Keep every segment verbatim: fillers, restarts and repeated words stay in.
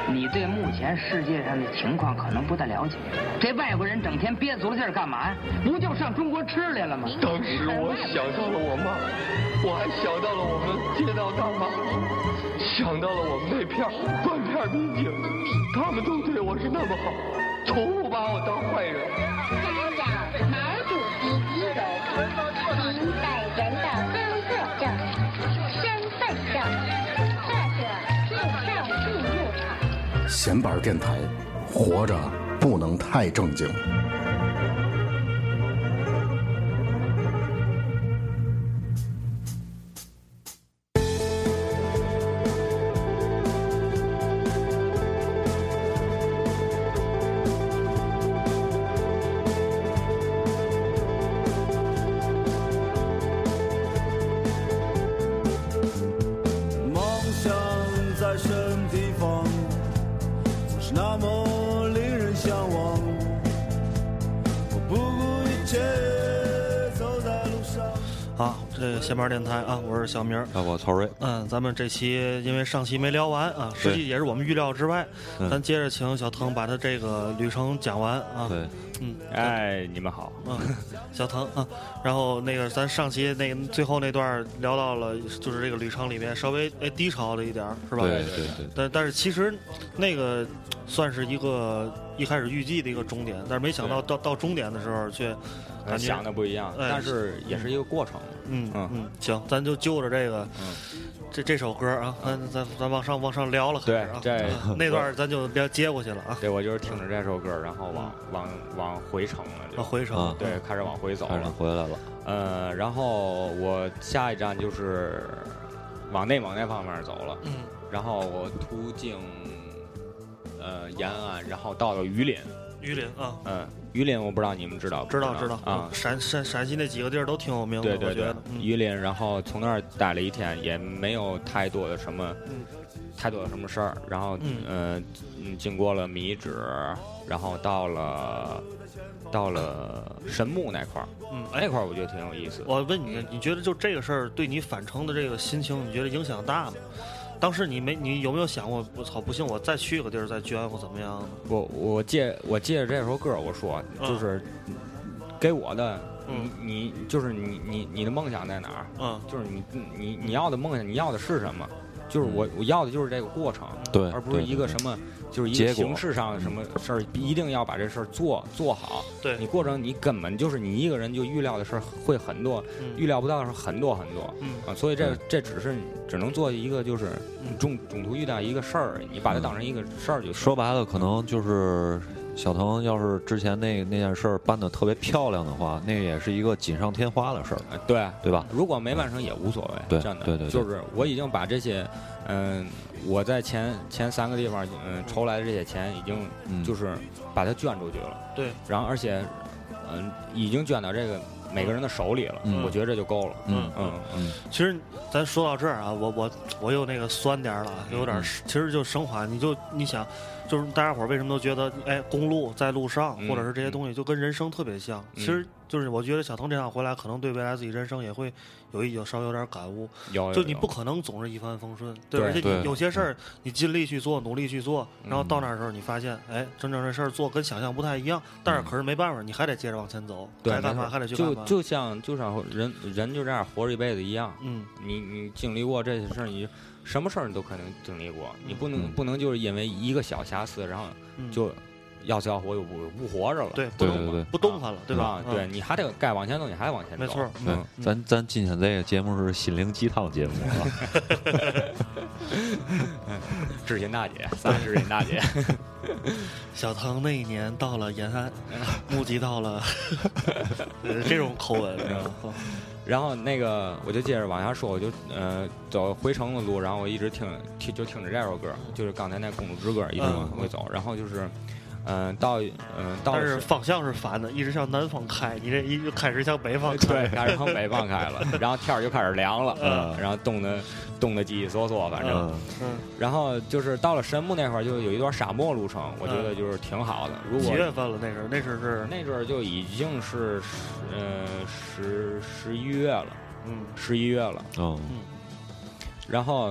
你对目前世界上的情况可能不太了解。这外国人整天憋足了劲儿干嘛呀？不就上中国吃来了吗？ 当时我想到了我妈，我还想到了我们街道大妈，想到了我们那片断片民警，他们都对我是那么好，从不把我当坏人。 查找毛主席遗容，其本人的工作证、身份证或者护照进入口。 闲板电台，活着不能太正经。 闲班电台啊，我是小明， 啊，我曹睿。 嗯，咱们这期因为上期没聊完啊，实际也是我们预料之外， 嗯、 咱接着请小腾把他这个旅程讲完啊。 对， 嗯， 哎，你们好， 嗯，小腾啊，然后那个咱上期那个最后那段聊到了，就是这个旅程里面稍微哎低潮了一点，是吧？ 对对对。 但但是其实那个算是一个一开始预计的一个终点，但是没想到到到终点的时候却感觉想的不一样， 哎、 但是也是一个过程。 嗯嗯嗯，行，咱就就着这个， 嗯， 这这首歌啊，咱咱咱往上往上聊了， 对， 啊、 这那段咱就别接过去了啊。 对，我就是听着这首歌，然后往往往回程了， 往回程， 对，开始往回走了， 回来了。 呃，然后我下一站就是往内蒙那方面走了， 嗯， 然后我途径呃延安，然后到了榆林。 榆林啊， 嗯，榆林我不知道你们知道不知道知道啊， 陕陕陕西那几个地儿都挺有名的， 对对对， 我觉得榆林，然后从那儿待了一天，也没有太多的什么， 嗯， 太多的什么事儿，然后嗯呃嗯，经过了米脂，然后到了到了神木那块儿， 嗯， 那块儿我觉得挺有意思。 我问你，你觉得就这个事儿对你返程的这个心情，你觉得影响大吗？当时你没你有没有想过，我操，不行，我再去个地儿再捐或怎么样？ 我我借我借着这首歌，我说就是给我的， 嗯、 你你就是你你你的梦想在哪儿？ 嗯， 就是你你你要的梦想，你要的是什么？就是我我要的就是这个过程， 对， 而不是一个什么，就是一个形式上的什么事儿，一定要把这事儿做做好。 对， 你过程你根本就是你一个人就预料的事儿会很多， 嗯、 预料不到的事很多很多。 嗯啊，所以这这只是只能做一个就是中中途遇到一个事儿，你把它当成一个事儿就行。 说白了，可能就是小腾要是之前那那件事儿办得特别漂亮的话，那也是一个锦上添花的事儿， 对对吧？ 如果没完成也无所谓， 对， 真的， 对对， 就是我已经把这些，嗯、呃，我在前前三个地方嗯、呃、筹来的这些钱已经就是把它捐出去了， 对、 嗯，然后而且嗯、呃、已经捐到这个每个人的手里了， 嗯、 我觉得这就够了， 嗯嗯嗯。 其实咱说到这儿啊，我我我有那个酸点了，有点， 嗯、 其实就升华，你就你想。就是大家伙儿为什么都觉得，哎，公路在路上，或者是这些东西就跟人生特别像。 嗯、 其实就是我觉得小腾这趟回来，可能对未来自己人生也会有一有稍微有点感悟。 有， 就你不可能总是一帆风顺， 对， 而且你有些事儿你尽力去做，努力去做，然后到那时候你发现，哎，真正这事儿做跟想象不太一样，但是可是没办法，你还得接着往前走， 对， 该干嘛还得去干嘛。就就像就像人人就这样活着一辈子一样， 嗯， 你你经历过这些事儿，你。什么事儿你都可能经历过，你不能、嗯、不能就是因为一个小瑕疵，然后就要死要活又不不活着了， 对， 对对对， 不动弹了，对吧？ 啊、对，你还得该往前走，你还得往前走， 没错。 对， 嗯、 咱咱今天这个节目是心灵鸡汤节目啊， 知心大姐，三知心大姐。 小腾那一年到了延安，目击到了这种口吻，知道吗？ 然后那个我就接着往下说，我就呃走回程的路，然后我一直听听就听着这首歌，就是刚才那公主之歌，一直往回走，嗯、然后就是嗯、呃、到嗯、呃、到但是方向是反的，一直向南方开，你这一开始向北方开， 对，开始向北方开了，然后天儿就开始凉了，嗯，然后冻得冻得叽叽嗦嗦，反正， 嗯， 然后就是到了神木那块儿，就有一段沙漠路程，我觉得就是挺好的。如果几月份了？那时候那时候是那阵儿就已经是呃十十一月了， 嗯， 十一月了， 嗯， 然后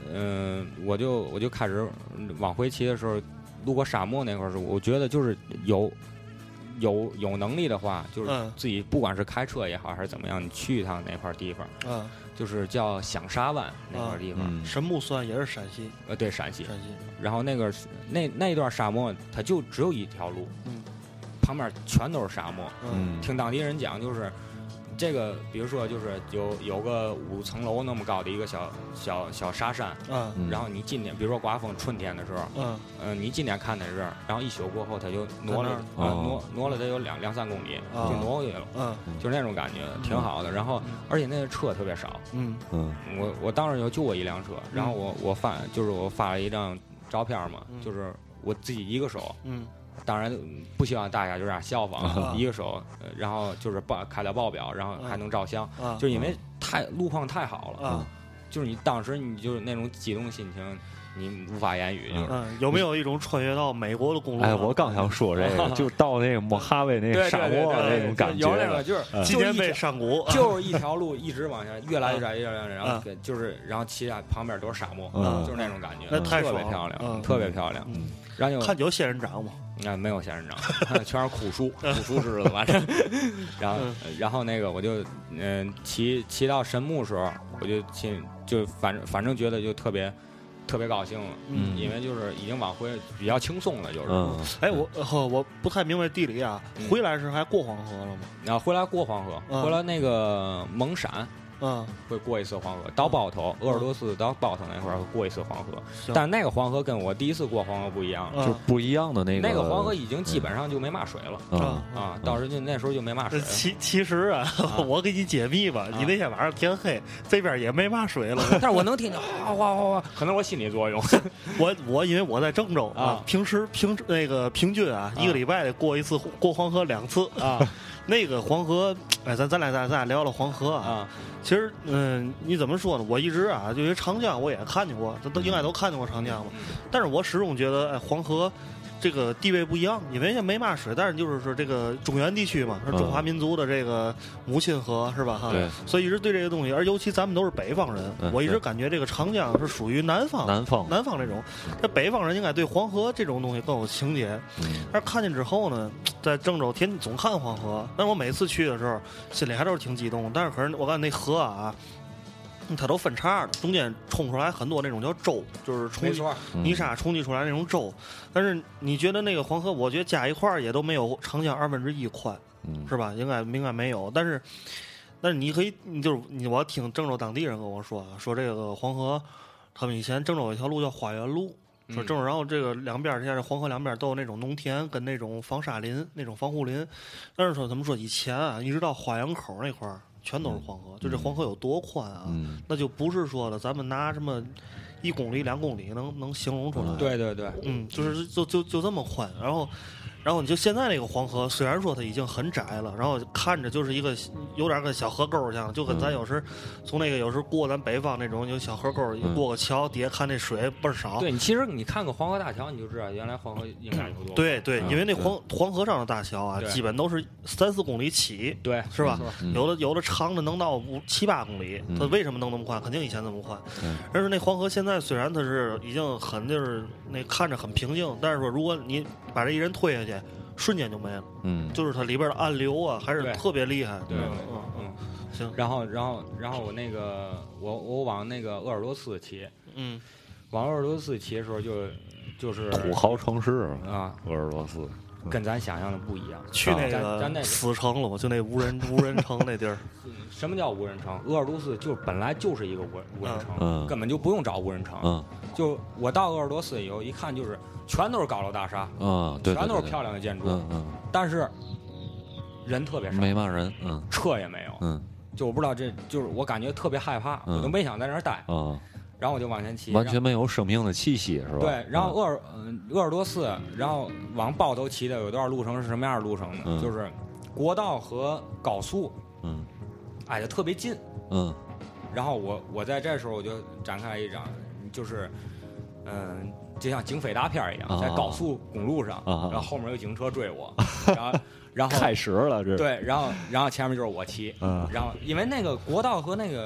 嗯、呃，我就我就开始往回骑的时候，路过沙漠那块儿时候，我觉得就是有有有能力的话，就是自己不管是开车也好还是怎么样，你去一趟那块地方， 嗯， 就是叫响沙湾那块地方， 嗯、神木算也是陕西， 呃，对，陕西， 陕西。 然后那个那那一段沙漠，它就只有一条路， 嗯， 旁边全都是沙漠， 嗯， 听当地人讲就是。这个，比如说，就是有有个五层楼那么高的一个小小小沙山， 嗯， 然后你今年，比如说刮风春天的时候， 嗯， 呃，你今年看在这儿，然后一宿过后，它就挪了，啊、呃，挪挪了得有两两三公里， 哦、 就挪过去了， 嗯， 就是那种感觉，挺好的。然后，而且那个车特别少， 嗯嗯，我我当时就就我一辆车，然后我我发就是我发了一张照片嘛， 嗯、 就是我自己一个手， 嗯。 当然不希望大家就这样效仿， 啊、 一个手，然后就是报开了报表，然后还能照相， 啊、 就因为太路况太好了， 啊、 就是你当时你就是那种激动心情，你无法言语。就是、 嗯，有没有一种穿越到美国的公路？ 哎，我刚想说这个，就到那个莫哈维那个沙漠那种感觉， 有那个就是纪念碑山谷， 就是一条路一直往下，越来越窄，越来越窄，然后就是然后其他旁边都是沙漠， 嗯、 就是那种感觉， 那太特别漂亮， 嗯、 特别漂亮。 嗯， 然后看有仙人掌吗？ 啊，没有仙人掌，全是枯树，枯树枝子，反正。然后，然后那个我就嗯骑骑到神木时候，我就骑就反正反正觉得就特别特别高兴了， 嗯， 因为就是已经往回比较轻松了，就是。 嗯。 哎，我呃我不太明白地理啊，回来时还过黄河了吗？ 然后回来过黄河， 嗯、 回来那个蒙山。 嗯， 会过一次黄河，到包头，鄂尔多斯到包头那块儿会过一次黄河，但是那个黄河跟我第一次过黄河不一样， 就不一样的那个。 那个黄河已经基本上就没嘛水了， 嗯、 啊，到时就那时候就没嘛水了。 其其实啊，啊我给你解密吧，啊、你那天晚上天黑，这边也没嘛水了， 但是我能听见哗哗哗哗，可能我心理作用。 我我因为我在郑州啊， 平时平那个平均啊，一个礼拜得过一次过黄河两次啊。 那个黄河，哎，咱咱俩咱咱俩聊聊黄河啊。 啊其实，嗯，你怎么说呢？我一直啊，就因为长江我也看见过，这都应该都看见过长江嘛。但是我始终觉得，哎，黄河这个地位不一样，因为也没嘛水，但是就是说这个中原地区嘛，是中华民族的这个母亲河，是吧？哈， 对。 所以一直对这个东西，而尤其咱们都是北方人，我一直感觉这个长江是属于南方， 南方， 南方这种。这北方人应该对黄河这种东西更有情节。但是看见之后呢，在郑州天天总看黄河，但是我每次去的时候，心里还都是挺激动。但是可是我看那河啊。它都分叉的，中间冲出来很多那种叫洲，就是冲击泥沙冲击出来那种洲。但是你觉得那个黄河，我觉得加一块儿也都没有长江二分之一宽， 嗯、 是吧？应该应该没有。但是，但是你可以，你就是你，我听郑州当地人跟我说，说这个黄河，他们以前郑州有一条路叫花园路。说郑州，然后这个两边现在黄河两边都有那种农田跟那种防沙林、那种防护林。但是说怎么说，以前啊，一直到花园口那块儿。全都是黄河，就这黄河有多宽啊？ 嗯、 那就不是说的咱们拿什么一公里、两公里能能形容出来。 对对对， 嗯，就是就就就这么宽。然后，然后你就现在那个黄河，虽然说它已经很窄了，然后看着就是一个有点跟小河沟一样，就跟咱有时从那个有时过咱北方那种有小河沟，过个桥底下看那水倍儿少。 对，你其实你看个黄河大桥，你就知道原来黄河应该有多。 对对， 嗯、 因为那黄黄河上的大桥啊，基本都是三四公里起， 对， 是吧？ 嗯、 有的有的长的能到五七八公里，它为什么能那么宽？肯定以前那么宽。 嗯、 而是那黄河现在虽然它是已经很就是那看着很平静，但是说如果你把这一人推下去。瞬间就没了， 嗯， 就是它里边的暗流啊，还是特别厉害， 对， 嗯嗯，行。 然后，然后，然后我那个，我我往那个鄂尔多斯骑， 嗯， 往鄂尔多斯骑的时候就就是土豪城市啊， 鄂尔多斯跟咱想象的不一样。 去那个咱那死城了，就那无人无人城那地儿。 什么叫无人城？鄂尔多斯就本来就是一个无无人城， 嗯， 根本就不用找无人城。 嗯， 就我到鄂尔多斯以后，一看就是全都是高楼大厦， 嗯，对， 全都是漂亮的建筑， 嗯嗯， 但是人特别少， 没嘛人，嗯， 车也没有， 嗯， 就我不知道这就是我感觉特别害怕， 嗯、 我都没想在那儿待， 嗯。 然后我就往前骑， 完全没有生命的气息，是吧？ 对，然后鄂尔嗯鄂尔多斯，然后往包头骑的有段路程是什么样的路程呢？ 嗯、 就是国道和高速， 嗯， 挨得特别近， 嗯。 然后我我在这时候我就展开一张，就是嗯、呃，就像警匪大片一样， 啊、 在高速公路上， 啊、 然后后面有警车追我，然后然后开始了这对，然后然后前面就是我骑， 嗯， 然后因为那个国道和那个。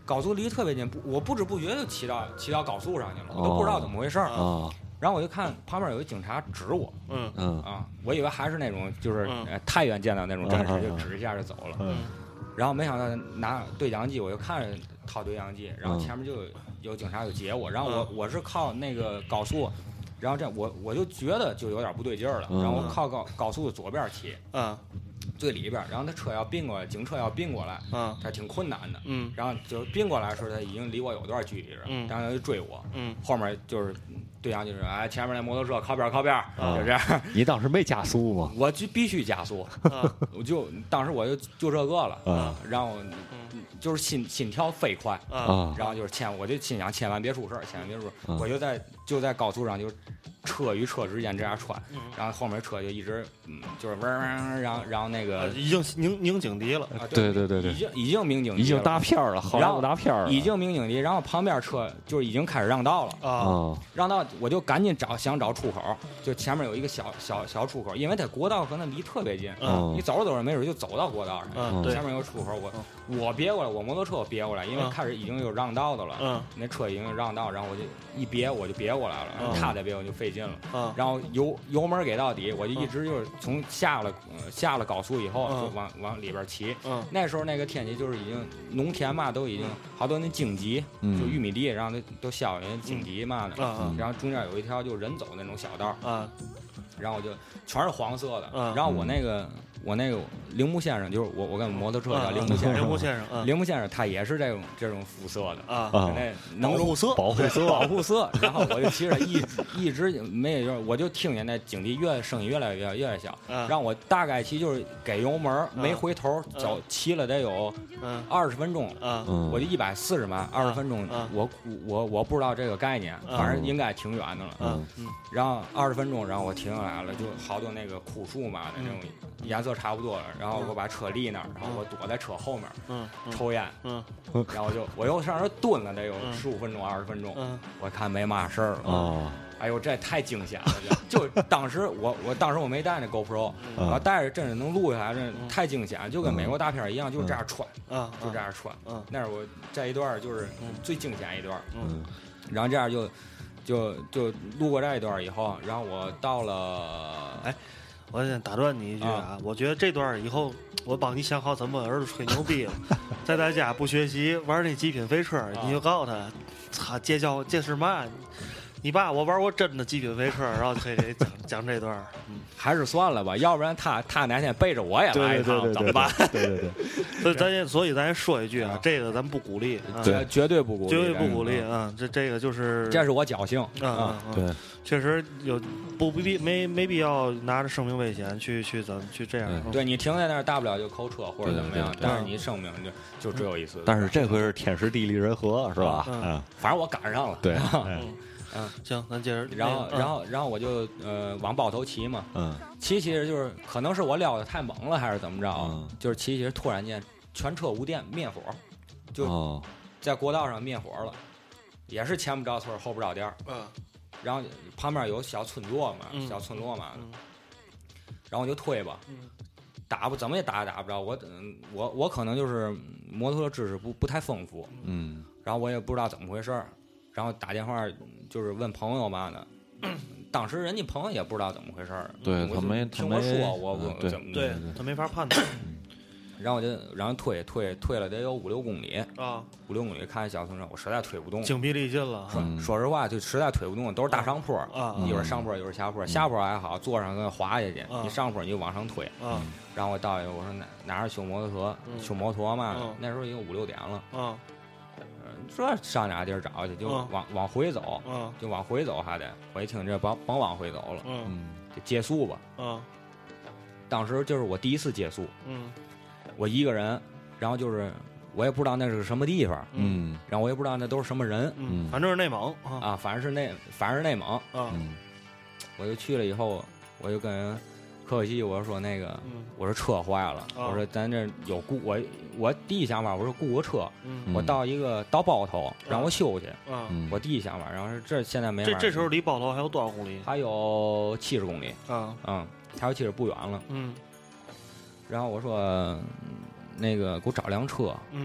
高速离特别近，不我不知不觉就骑到骑到高速上去了，我都不知道怎么回事儿。 啊， 然后我就看旁边有一警察指我， 嗯嗯啊，我以为还是那种就是、 嗯呃太原见到那种战士， 嗯就指一下就走了。 嗯然后没想到拿对讲机，我就看着掏对讲机，然后嗯前面就有有警察就截我，然后我我是靠那个高速，然后这我我就觉得就有点不对劲儿了， 嗯然后我靠高高速的左边骑， 啊最里边，然后他车要并过来，警车要并过来， 啊他挺困难的。 嗯然后就并过来的时候，他已经离我有段距离了， 嗯然后他就追我， 嗯后面就是对象就是哎，前面那摩托车靠边靠边， 啊就这样， 你当时没加速吗？ 我就必须加速， 啊我就当时我就就这个了， 啊然后就是心心跳飞快， 啊啊然后就是千我就心想千万别出事儿，千万别出事儿， 嗯我就在就在高速上就车与车之间这样穿， 嗯然后后面车就一直嗯就是嗡嗡，然后然后那个已经拧拧警笛了。 啊对对对对已经已经鸣警笛已经了大片儿了，好莱坞大片儿了， 已经鸣警笛，然后旁边车就是已经开始让道了， 啊啊让道我就赶紧找想找出口，就前面有一个小小小出口，因为它国道可能离特别近， 嗯你走着走着没准就走到国道上， 嗯对前面有个出口，我我别过来，我摩托车我别过来，因为嗯开始已经有让道的了， 嗯那车已经有让道，然后我就一别我就别过来了， 嗯他再别我就费劲了， 啊然后油油门给到底，我就一直就是从下了、呃、下了高速以后嗯就往往里边骑。 嗯那时候那个天气就是已经农田嘛，都已经好多那荆棘， 嗯就玉米地，然后都都削人荆棘嘛的， 啊然后中间有一条就人走那种小道， 啊然后我就全是黄色的， 嗯然后我那个我那个铃木先生就是我我跟摩托车叫铃木先铃生， 木先生啊铃木先生他也是这种这种肤色的。 啊啊那能保护色保护色保护色，然后我就骑着一一直没有，我就听见那警笛越声音越来越越来越小， 嗯让我大概骑就是给油门没回头走骑了得有嗯二十分钟， 啊嗯我就一百四十迈，二十分钟嗯， 我我我不知道这个概念， 嗯反正应该挺远的了。 嗯嗯然后二十分钟，然后我停下来了，就好多那个枯树嘛的那种颜色差不多了，然后我把车立那儿，然后我躲在车后面嗯抽烟， 嗯然后就我又上那儿蹲了得有十五分钟二十分钟， 嗯我看没嘛事儿了。 啊哎呦，这太惊险了！就就当时我我当时我没带那 GoPro，我要带着真是能录下来，真太惊险，就跟美国大片一样，就是这样穿， 啊就这样穿。 嗯那是我这一段就是最惊险一段， 嗯然后这样就就就路过这一段以后，然后我到了， 哎，我先打断你一句啊，我觉得这段以后我帮你想好怎么儿子吹牛逼了，在他家不学习玩那极品飞车，你就告诉他，操，这叫这是嘛？你爸我玩过真的极品飞车，然后可以给讲讲这段，嗯， 还是算了吧，要不然他他哪天背着我也来一趟，怎么办？ 对对对， 所以咱也所以咱也说一句啊，这个咱不鼓励，啊绝绝对不鼓励， 绝对不鼓励啊，这这个就是这是我侥幸啊啊， 对， 确实有不必没没必要拿着生命危险去去怎么去这样， 对你停在那儿，大不了就扣车或者怎么样， 对对对但是你生命就就只有一次。 但是这回是天时地利人和，是吧？ 嗯嗯， 反正我赶上了。 对， 嗯， 行，咱接着， 然后嗯然后然后我就呃往包头骑嘛， 嗯骑骑着就是可能是我撩的太猛了还是怎么着， 嗯就是骑骑着突然间全车无电灭火，就哦在国道上灭火了，也是前不着村后不着店儿， 嗯然后旁边有小村落嘛， 嗯小村落嘛， 嗯然后我就推吧， 嗯打不怎么也打也打不着，我嗯我我可能就是摩托车知识不不太丰富， 嗯然后我也不知道怎么回事儿，然后打电话就是问朋友嘛的，当时人家朋友也不知道怎么回事儿，我对他没听他没我说我嗯对我怎么对他没法判断然后我就然后推推推了得有五六公里， 啊， 五六公里看小村车，我实在推不动。 精疲力尽了， 嗯说实话，就实在推不动，都是大上坡啊一会儿上坡一会儿下坡，下坡还好，坐上跟滑下去， 啊你上坡你就往上推。 啊然后我到一个，我说哪哪儿修摩托车， 嗯修摩托嘛嗯， 那时候已经五六点了， 啊这上哪地儿找去？就嗯往往回走， 啊就往回走还得。我一听这甭甭往回走了， 嗯嗯就借宿吧。 啊当时就是我第一次借宿， 嗯我一个人，然后就是我也不知道那是什么地方， 嗯然后我也不知道那都是什么人嗯，反正是内蒙啊啊，反正是内反正是内蒙， 啊嗯我就去了以后，我就跟人可可西我说那个， 嗯我说车坏了， 啊我说咱这有雇我我第一想法我说雇个车， 嗯我到一个到包头让我修去， 啊， 嗯， 我第一想法，然后是这现在没法这这时候离包头还有多少公里还有七十公里， 啊？ 嗯，还有七十不远了。 嗯然后我说，嗯那个给我找辆车， 嗯给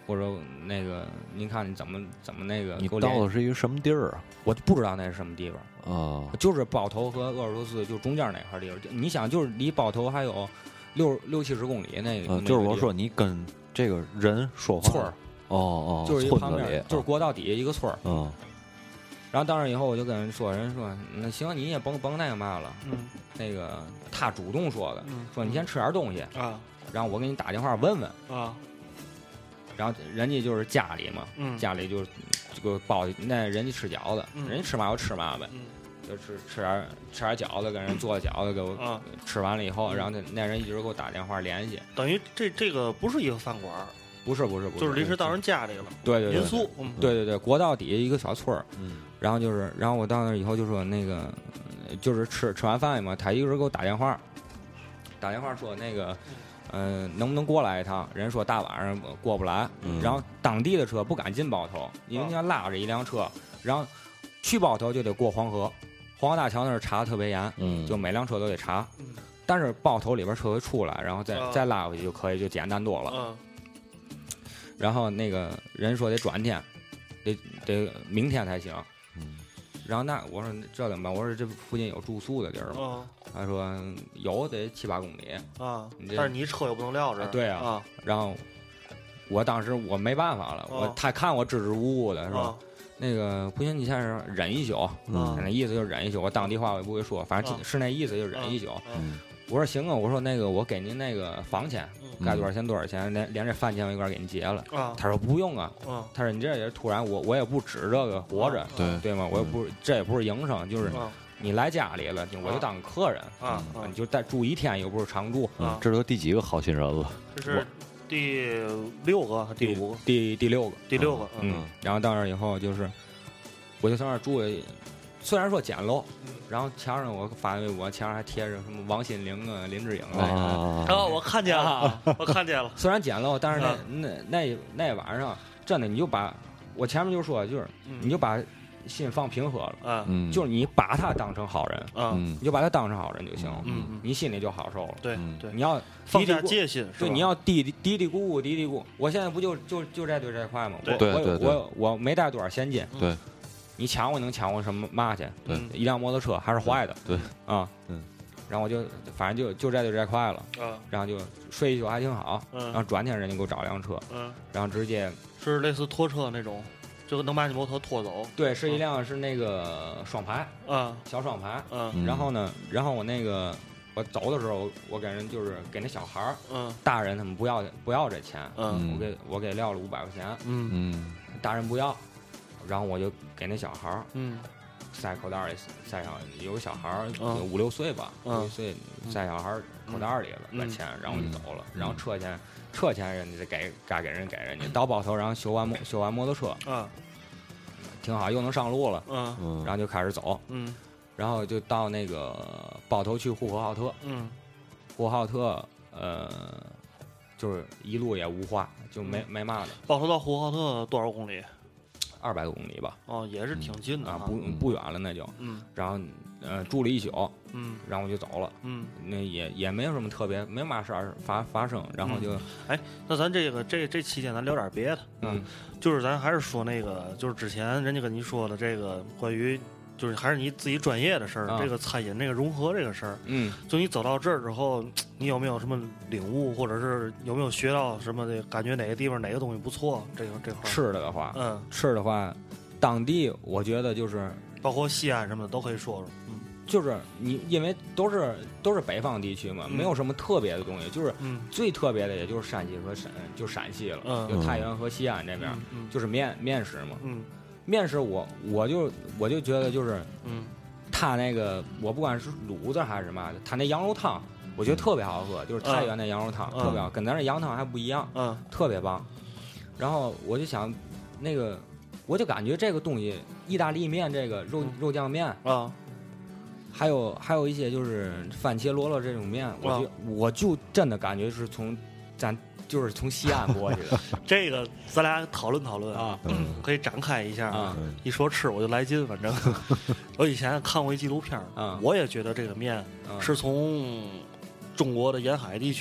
或者那个您看你怎么怎么那个你到给我联的是一个什么地儿啊？ 我就不知道那是什么地方， 啊， 就是包头和鄂尔多斯就中间那块地方。你想，就是离包头还有六六七十公里那个、 呃，就是我说你跟这个人说话村儿， 哦哦， 就是一个旁村子里边，就是国道底下一个村儿。 嗯。 然后到那以后，我就跟人说，人说那行，你也甭甭那个嘛了。 嗯， 那个他主动说的， 嗯、 说你先吃点东西啊， 然后我给你打电话问问啊。 然后人家就是家里嘛， 嗯、 家里就这个包那人家吃饺子， 嗯、 人家吃嘛就吃嘛呗， 嗯、 就吃吃点吃点饺子，跟人做饺子给我、 啊、 吃完了以后，然后那那人一直给我打电话联系， 等于这这个不是一个饭馆。 不是不是不是， 就是临时到人家里了。 对对对， 民宿，嗯， 对对对，国道底下一个小村儿。 嗯， 然后就是，然后我到那以后就说那个，就是吃吃完饭嘛，他一直给我打电话，打电话说那个，嗯、呃，能不能过来一趟？人说大晚上过不来。 嗯、 然后当地的车不敢进包头，因为你要拉着一辆车，然后去包头就得过黄河，黄河大桥那儿查的特别严， 嗯， 就每辆车都得查。 嗯， 但是包头里边车会出来，然后再、 啊、 再拉回去就可以，就简单多了。 嗯。 然后那个人说得转天，得得明天才行。 嗯。 然后那我说这怎么办？我说这附近有住宿的地儿吗？ 哦、 他说有，得七八公里。 啊。但是你车又不能撂这、 啊。对啊。 啊。 然后我当时我没办法了， 哦、 我他看我支支吾吾的是吧？ 哦、 那个不行，你先是忍一宿。 嗯。 那意思就是忍一宿，我当地话我也不会说，反正是那意思，就忍一宿。 嗯。 我说行啊，我说那个我给您那个房钱，该多少钱多少钱，连连这饭钱我一块给您结了。 啊， 他说不用啊， 啊， 他说你这也是突然，我我也不指这个活着， 对对吗？我也不这也不是营生，就是你来家里了，我就当客人啊， 你就再住一天，又不是常住。 嗯，这都第几个好心人了？ 这是第六个，第五个， 第第六个， 第六个。 嗯，然后到那以后就是，我就在那住。虽然说简陋，然后墙上我发微博，墙上还贴着什么王心凌啊、林志颖那个。 啊，我看见了，我看见了。 虽然简陋，但是那那那那晚上真的，你就把我前面就说，就是你就把心放平和了， 嗯， 就是你把他当成好人， 嗯， 你就把他当成好人就行了， 嗯， 你心里就好受了。 对对， 你要放下戒心， 对，你要嘀嘀嘀嘀咕咕嘀嘀咕。我现在不就就就这对这块吗？ 对对对， 我我没带多少现金， 对。 你抢我能抢我什么嘛去？ 对， 一辆摩托车还是坏的。 对， 啊， 嗯， 然后我就反正就就这就这块了， 啊， 然后就睡一宿还挺好， 嗯， 然后转天人家给我找辆车， 嗯， 然后直接是类似拖车那种，就能把你摩托拖走。 对，是一辆是那个双排， 啊， 小双排， 嗯， 然后呢，然后我那个我走的时候，我给人就是给那小孩儿， 嗯， 大人他们不要不要这钱， 嗯， 我给我给撂了五百块钱， 嗯嗯， 大人不要。然后我就给那小孩儿， 嗯， 塞口袋里塞上，有个小孩儿嗯有五六岁吧，五六岁塞小孩儿口袋里了，把嗯钱，然后我就走了。然后车钱，车钱人家得给，该给人给人家。到包头，然后修完摩修完摩托车， 啊， 挺好，又能上路了， 嗯， 然后就开始走， 嗯， 然后就到那个包头去呼和浩特， 嗯， 呼和浩特，呃，就是一路也无话，就没没嘛的。 包头到呼和浩特多少公里？ 二百多公里吧， 哦，也是挺近的啊，不不远了那就， 嗯， 然后呃住了一宿， 嗯， 然后我就走了， 嗯， 那也也没有什么特别，没嘛事儿发发生，然后就， 哎，那咱这个这这期间咱聊点别的， 嗯， 就是咱还是说那个，就是之前人家跟你说的这个关于。就是还是你自己专业的事儿， 啊、 这个餐饮这个融合这个事儿， 嗯， 就你走到这儿之后，你有没有什么领悟，或者是有没有学到什么的？感觉哪个地方哪个东西不错？这个这块吃的的话， 嗯， 吃的话，当地我觉得就是包括西安什么的都可以说说，嗯， 就是你因为都是都是北方地区嘛， 嗯、 没有什么特别的东西，就是嗯最特别的也就是山西和陕就陕西了， 嗯， 就太原和西安这边， 嗯， 就是面面食嘛， 嗯， 面食我我就我就觉得就是嗯。 他那个，我不管是卤子还是什么的，他那羊肉汤，我觉得特别好喝，就是太原那羊肉汤、 嗯、 特别好，跟咱这羊汤还不一样， 嗯， 特别棒。然后我就想，那个，我就感觉这个东西，意大利面这个肉、嗯、肉酱面啊， 还有还有一些就是番茄饸饹这种面，我就、啊、我就真的感觉是从咱。就是从西安过去的， 这个咱俩讨论讨论啊， 嗯，可以展开一下啊。 一说吃我就来劲，反正我以前看过一纪录片， 啊， 我也觉得这个面是从中国的沿海地区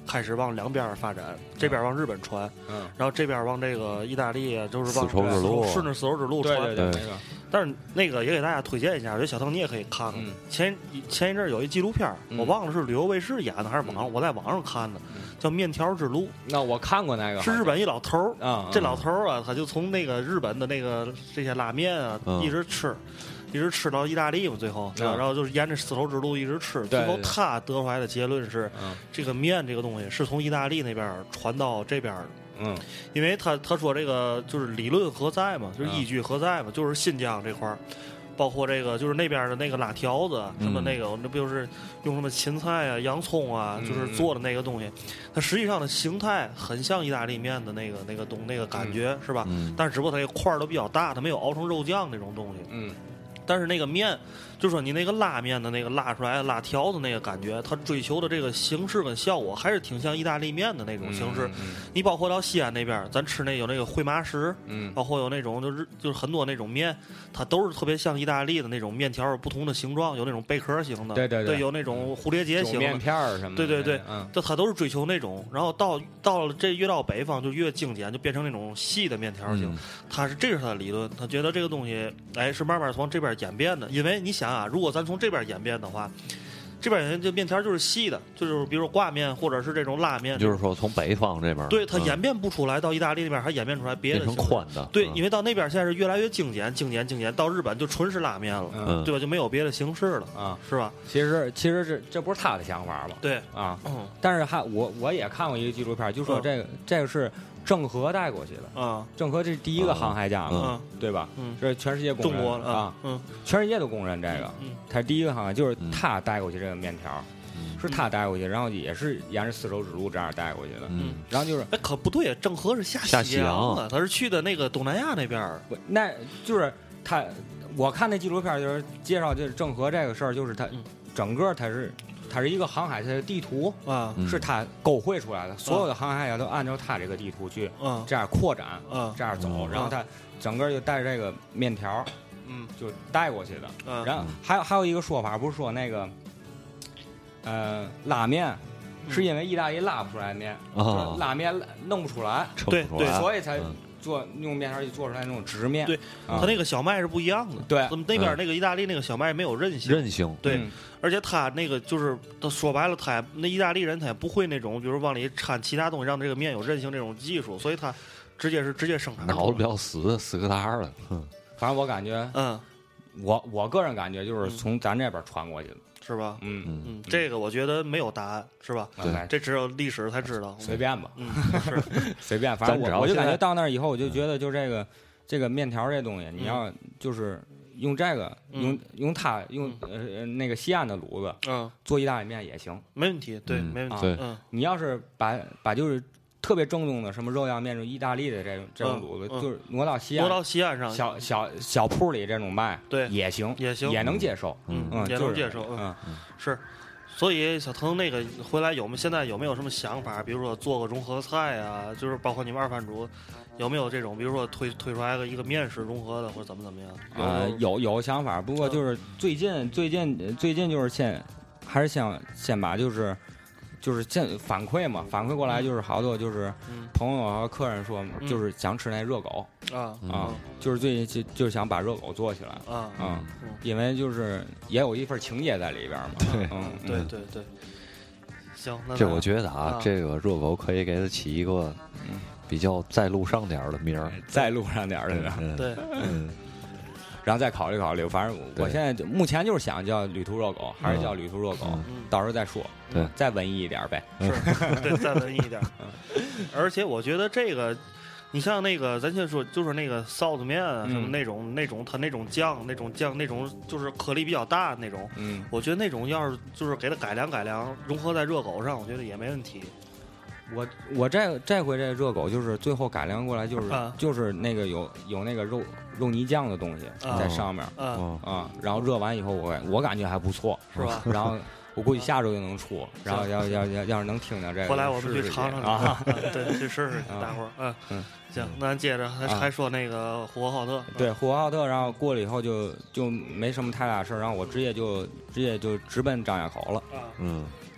开始往两边发展，这边往日本传， 嗯， 然后这边往这个意大利，就是往丝绸之路顺着丝绸之路传。 对对对， 但是那个也给大家推荐一下，我觉得小腾你也可以看看。 嗯、 前前一阵有一纪录片， 嗯、 我忘了是旅游卫视演的还是网，嗯、我在网上看的，叫《面条之路》。 那我看过那个， 是日本一老头儿啊、嗯， 这老头儿啊，他就从那个日本的那个这些拉面啊， 嗯、 一直吃。一直吃到意大利嘛，最后， 嗯、 然后就是沿着丝绸之路一直吃，最后他得出来的结论是， 嗯、 这个面这个东西是从意大利那边传到这边的。 嗯， 因为他他说这个就是理论何在嘛，就是依据何在嘛，就是新疆这块儿，包括这个就是那边的那个辣条子， 嗯、 什么那个那不就是用什么芹菜啊、洋葱啊，就是做的那个东西，它实际上的形态很像意大利面的那个那个东那个感觉、 嗯、 是吧？ 嗯、 但是只不过它这块儿都比较大，它没有熬成肉酱那种东西。 嗯。 但是那个面，就说你那个拉面的那个拉出来辣条的那个感觉，它追求的这个形式跟效果，还是挺像意大利面的那种形式。 嗯嗯、 你包括到西安那边，咱吃那有那个烩麻食， 嗯， 包括有那种就是就是很多那种面，它都是特别像意大利的那种面条，不同的形状，有那种贝壳型的， 对对对，有那种蝴蝶结型的面片儿什么的， 对对对， 嗯， 这它都是追求那种。然后到到了这越到北方就越精简，就变成那种细的面条型。 嗯、 他是这是他的理论，他觉得这个东西哎是慢慢从这边演变的，因为。你想啊，如果咱从这边演变的话，这边这面条就是细的，就是比如挂面或者是这种拉面， 就是说从北方这边， 对它演变不出来，到意大利那边还演变出来别的变成宽的， 对， 嗯、 因为到那边现在是越来越精简、精简、精简，到日本就纯是拉面了， 嗯、 对吧？就没有别的形式了啊， 是吧？ 其实其实这这不是他的想法吧？ 对啊， 嗯， 但是还我我也看过一个纪录片，就说这个、嗯、这个是。郑和带过去的啊， 郑和这是第一个航海家嘛， 嗯、 对吧？ 嗯， 这是全世界公认中国啊， 嗯， 全世界都公认这个， 嗯， 他是第一个航海，就是他带过去这个面条， 嗯、 是他带过去，然后也是沿着丝绸之路这样带过去的， 嗯， 然后就是， 哎，可不对，郑和是下下西洋啊，他是去的那个东南亚那边， 那就是他，我看那纪录片就是介绍就是郑和这个事儿，就是他整个他是。它是一个航海的地图啊， 是他勾绘出来的，所有的航海家都按照他这个地图去这样扩展， 嗯， 这样走，然后他整个就带着这个面条， 嗯， 就带过去的。 嗯， 然后还有还有一个说法，不是说那个，呃，拉面是因为意大利拉不出来面， 啊， 拉面弄不出来， 对对， 所以才。做用面条就做出来那种直面， 对， 啊、 它那个小麦是不一样的。 对， 那边那个意大利那个小麦没有韧性， 韧性对， 嗯、 而且他那个就是他说白了，他那意大利人他也不会那种，比如往里掺其他东西让这个面有韧性这种技术，所以他直接是直接生产。 脑子比较死，死个大了。 反正我感觉， 嗯， 我我个人感觉就是从咱这边传过去的。 是吧？ 嗯嗯嗯，这个我觉得没有答案，是吧？ 对， 这只有历史才知道。 随便吧， 嗯，是随便，反正我我就感觉到那儿以后，我就觉得就这个这个面条这东西，你要就是用这个用用它用呃那个西安的卤子， 嗯， 做意大利面也行， 没问题，对，没问题。 对， 嗯， 你要是把把就是特别正宗的什么肉酱面，这种意大利的这种这种卤子，就是挪到西安， 挪到西安上， 小小小铺里这种卖， 对， 也行， 也行， 也能接受， 嗯嗯， 也能接受， 嗯， 是。所以小腾那个回来有没有现在有没有什么想法？比如说做个融合菜啊，就是包括你们二饭主有没有这种，比如说推推出来个一个面食融合的，或者怎么怎么样？ 呃，有有想法，不过就是最近最近最近就是先还是想先把就是就是先反馈嘛，反馈过来就是好多就是朋友和客人说，就是想吃那热狗啊啊，就是最近就就是想把热狗做起来啊啊，因为就是也有一份情节在里边嘛。 对， 嗯， 对对对。行，那这我觉得啊，这个热狗可以给它起一个比较在路上点的名儿， 在路上点的。 对， 嗯。 然后再考虑考虑，反正我现在就目前就是想叫旅途热狗，还是叫旅途热狗，到时候再说。 对， 再文艺一点呗。 是，对，再文艺一点。而且我觉得这个，你像那个，咱先说，就是那个臊子面啊，什么那种那种，它那种酱，那种酱，那种就是颗粒比较大那种。 嗯， 我觉得那种要是就是给它改良改良，融合在热狗上，我觉得也没问题。 我我这这回这热狗就是最后改良过来，就是、 啊、 就是那个有有那个肉肉泥酱的东西在上面啊、 嗯嗯，然后热完以后我我感觉还不错， 是吧？ 然后我估计下周就能出，然后要要要要是能听听这个， 后来我们去尝尝啊， 对，去试试，大伙儿，嗯嗯，行，那咱接着还还说那个呼和浩特， 对，呼和浩特，然后过了以后就就没什么太大事儿，然后我直接就直接就直奔张家口了， 嗯。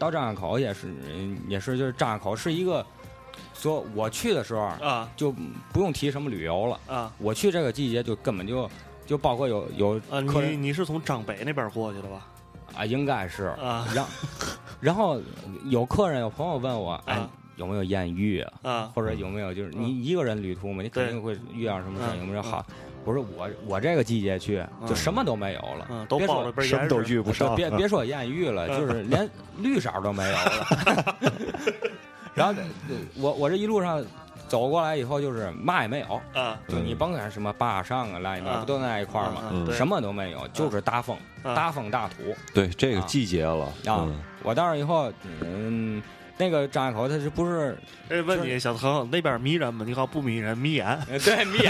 到张家口也是也是就是张家口是一个，说我去的时候啊就不用提什么旅游了啊， 我去这个季节就根本就就包括有有啊， 客人你你是从张北那边过去的吧？ 啊，应该是啊， 然然后有客人有朋友问我，哎。 啊有没有艳遇啊？ 啊， 或者有没有就是嗯你一个人旅途嘛，你肯定会遇到什么事儿， 嗯有没有好？我说我我这个季节去就什么都没有了， 嗯，都别说抱着杯什么都遇不上， 别别说艳遇了，就是连绿色都没有了。然后我我这一路上走过来以后，就是嘛也没有啊， 就你甭管什么坝上啊、乱七八糟不都在那一块儿嘛，什么都没有，就是大风、大风大土。 对，这个季节了啊，我到那以后，嗯。那个张家口，他是不是？ 哎，问你小腾那边迷人吗？你好，不迷人，迷眼。 对，迷眼。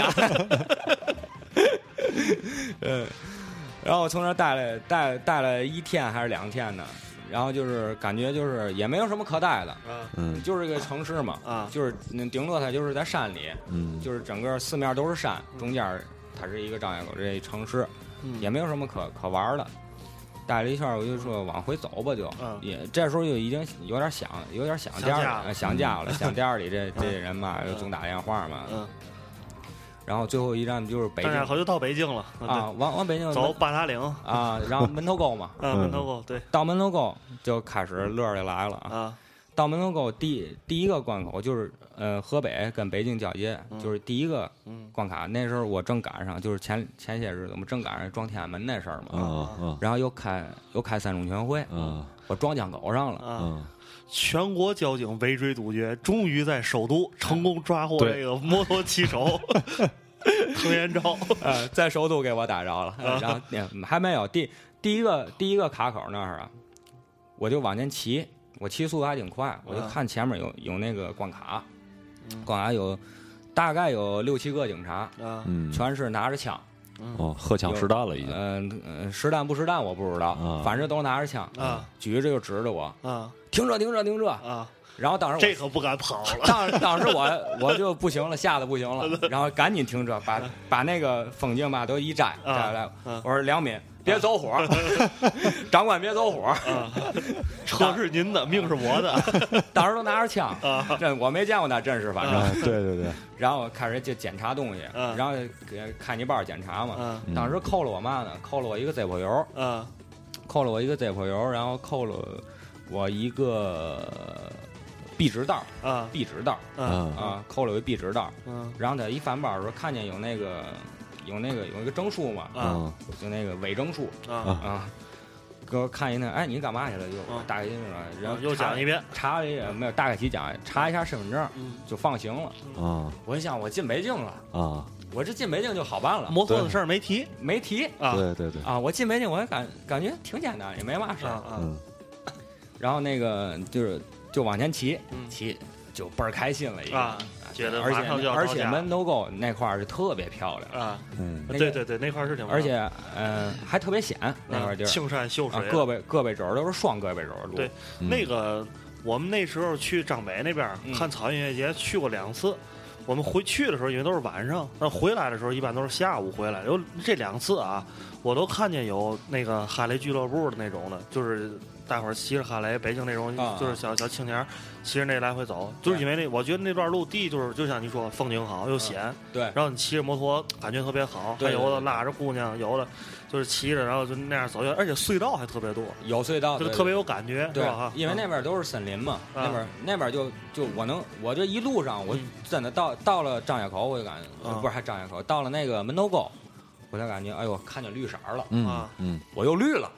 嗯，然后我从那儿待了待待了一天还是两天呢，然后就是感觉就是也没有什么可待的， 嗯， 就是一个城市嘛，啊，就是顶多它就是在山里， 嗯， 就是整个四面都是山，中间它是一个张家口这城市， 嗯， 也没有什么可可玩的。待了一圈，我就说往回走吧，就、 嗯、 也这时候就已经有点想，有点想家了，想家了，想家里这这人嘛，又总打电话嘛。 嗯。 然后最后一站就是北京， 然后就到北京了啊，往往北京走八达岭啊，然后门头沟嘛， 啊，门头沟对， 到门头沟就开始乐就来了啊。 到门头沟第第一个关口就是呃河北跟北京交接， 嗯、 就是第一个关卡。嗯、那时候我正赶上，就是前前些日子我们正赶上撞天安门那事儿嘛。 啊啊、 然后又开又开三中全会， 啊、 我撞江口上了。 啊、全国交警围追堵截，终于在首都成功抓获这个摩托骑手滕延昭。 呃，在首都给我打着了，然后还没有第第一个第一个卡口那儿啊，我就往前骑。我骑速度还挺快，我就看前面有有那个关卡，关卡有大概有六七个警察， 嗯， 全是拿着枪， 哦，荷枪实弹了已经， 嗯嗯，实弹不实弹我不知道， 啊、 反正都拿着枪， 啊， 举着就指着我， 啊， 停车停车停车， 啊， 然后当时这可不敢跑了， 当当时我我就不行了，吓得不行了，然后赶紧停车，把把那个风镜吧都一摘摘下来，我说梁敏。别走火，长官别走火， 啊、车是您的，命是我的。 当时都拿着枪， 啊、 这我没见过那阵势，反正、 啊、对对对。 然后开始就检查东西， 啊、 然后给开你包检查嘛。 啊、 当时扣了我嘛呢？扣了我一个 Zippo 油， 啊、 扣了我一个 Zippo 油，然后扣了我一个壁纸袋啊， 壁纸袋啊啊，扣了我一壁纸袋。 嗯， 然后他一翻包的时候，看见有那个。有那个有一个证书嘛， 啊， 就那个伪证书啊啊，给我看一看，哎，你干嘛去了？就大概清楚了，然后又讲一遍， 查了一没有大概提讲，查一下身份证，就放行了啊。 我一想，我进北京了啊， 我这进北京就好办了， 摩托的事儿没提， 没提啊， 对对对啊，我进北京我也感感觉挺简单，也没嘛事儿啊。 然后那个就是就往前骑，骑就倍儿开心了，已经。 觉得而且而且门头沟那块儿是特别漂亮啊， 嗯， 对对对，那块儿是挺， 而且嗯还特别险那块地儿， 青山秀水， 胳膊胳膊肘都是双胳膊肘的路。 对，那个我们那时候去张北那边看草音乐节去过两次，我们回去的时候因为都是晚上，那回来的时候一般都是下午回来。有这两次啊，我都看见有那个哈雷俱乐部的那种的，就是大伙儿骑着哈雷，北京那种就是小小青年骑着那来回走，就是因为那我觉得那段路地就是就像你说风景好又险， 对， 然后你骑着摩托感觉特别好，还有的拉着姑娘，有的就是骑着然后就那样走，而且隧道还特别多， 有隧道就特别有感觉， 对吧？ 因为那边都是森林嘛，那边那边就就我能我这一路上我真的到到了张家口我就感觉不是还张家口到了那个门头沟。我才感觉，哎呦，看见绿色了， 嗯嗯， 我又绿了，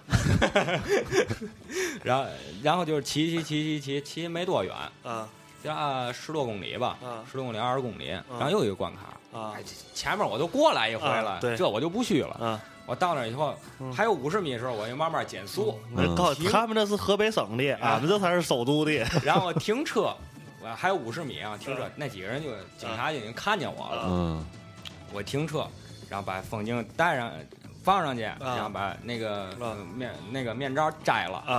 然后然后就是骑骑骑骑骑骑没多远， 啊， 加十多公里吧， 啊， 十多公里二十公里，然后又一个关卡， 啊， 前面我都过来一回了， 对， 这我就不虚了， 啊， 我到那以后还有五十米的时候，我就慢慢减速， 告诉他们那是河北省的，俺们这才是首都的， 然后停车，我还有五十米啊，停车，那几个人就警察已经看见我了， 嗯， 我停车。然后把风镜戴上，放上去，然后把那个面那个面罩摘了啊，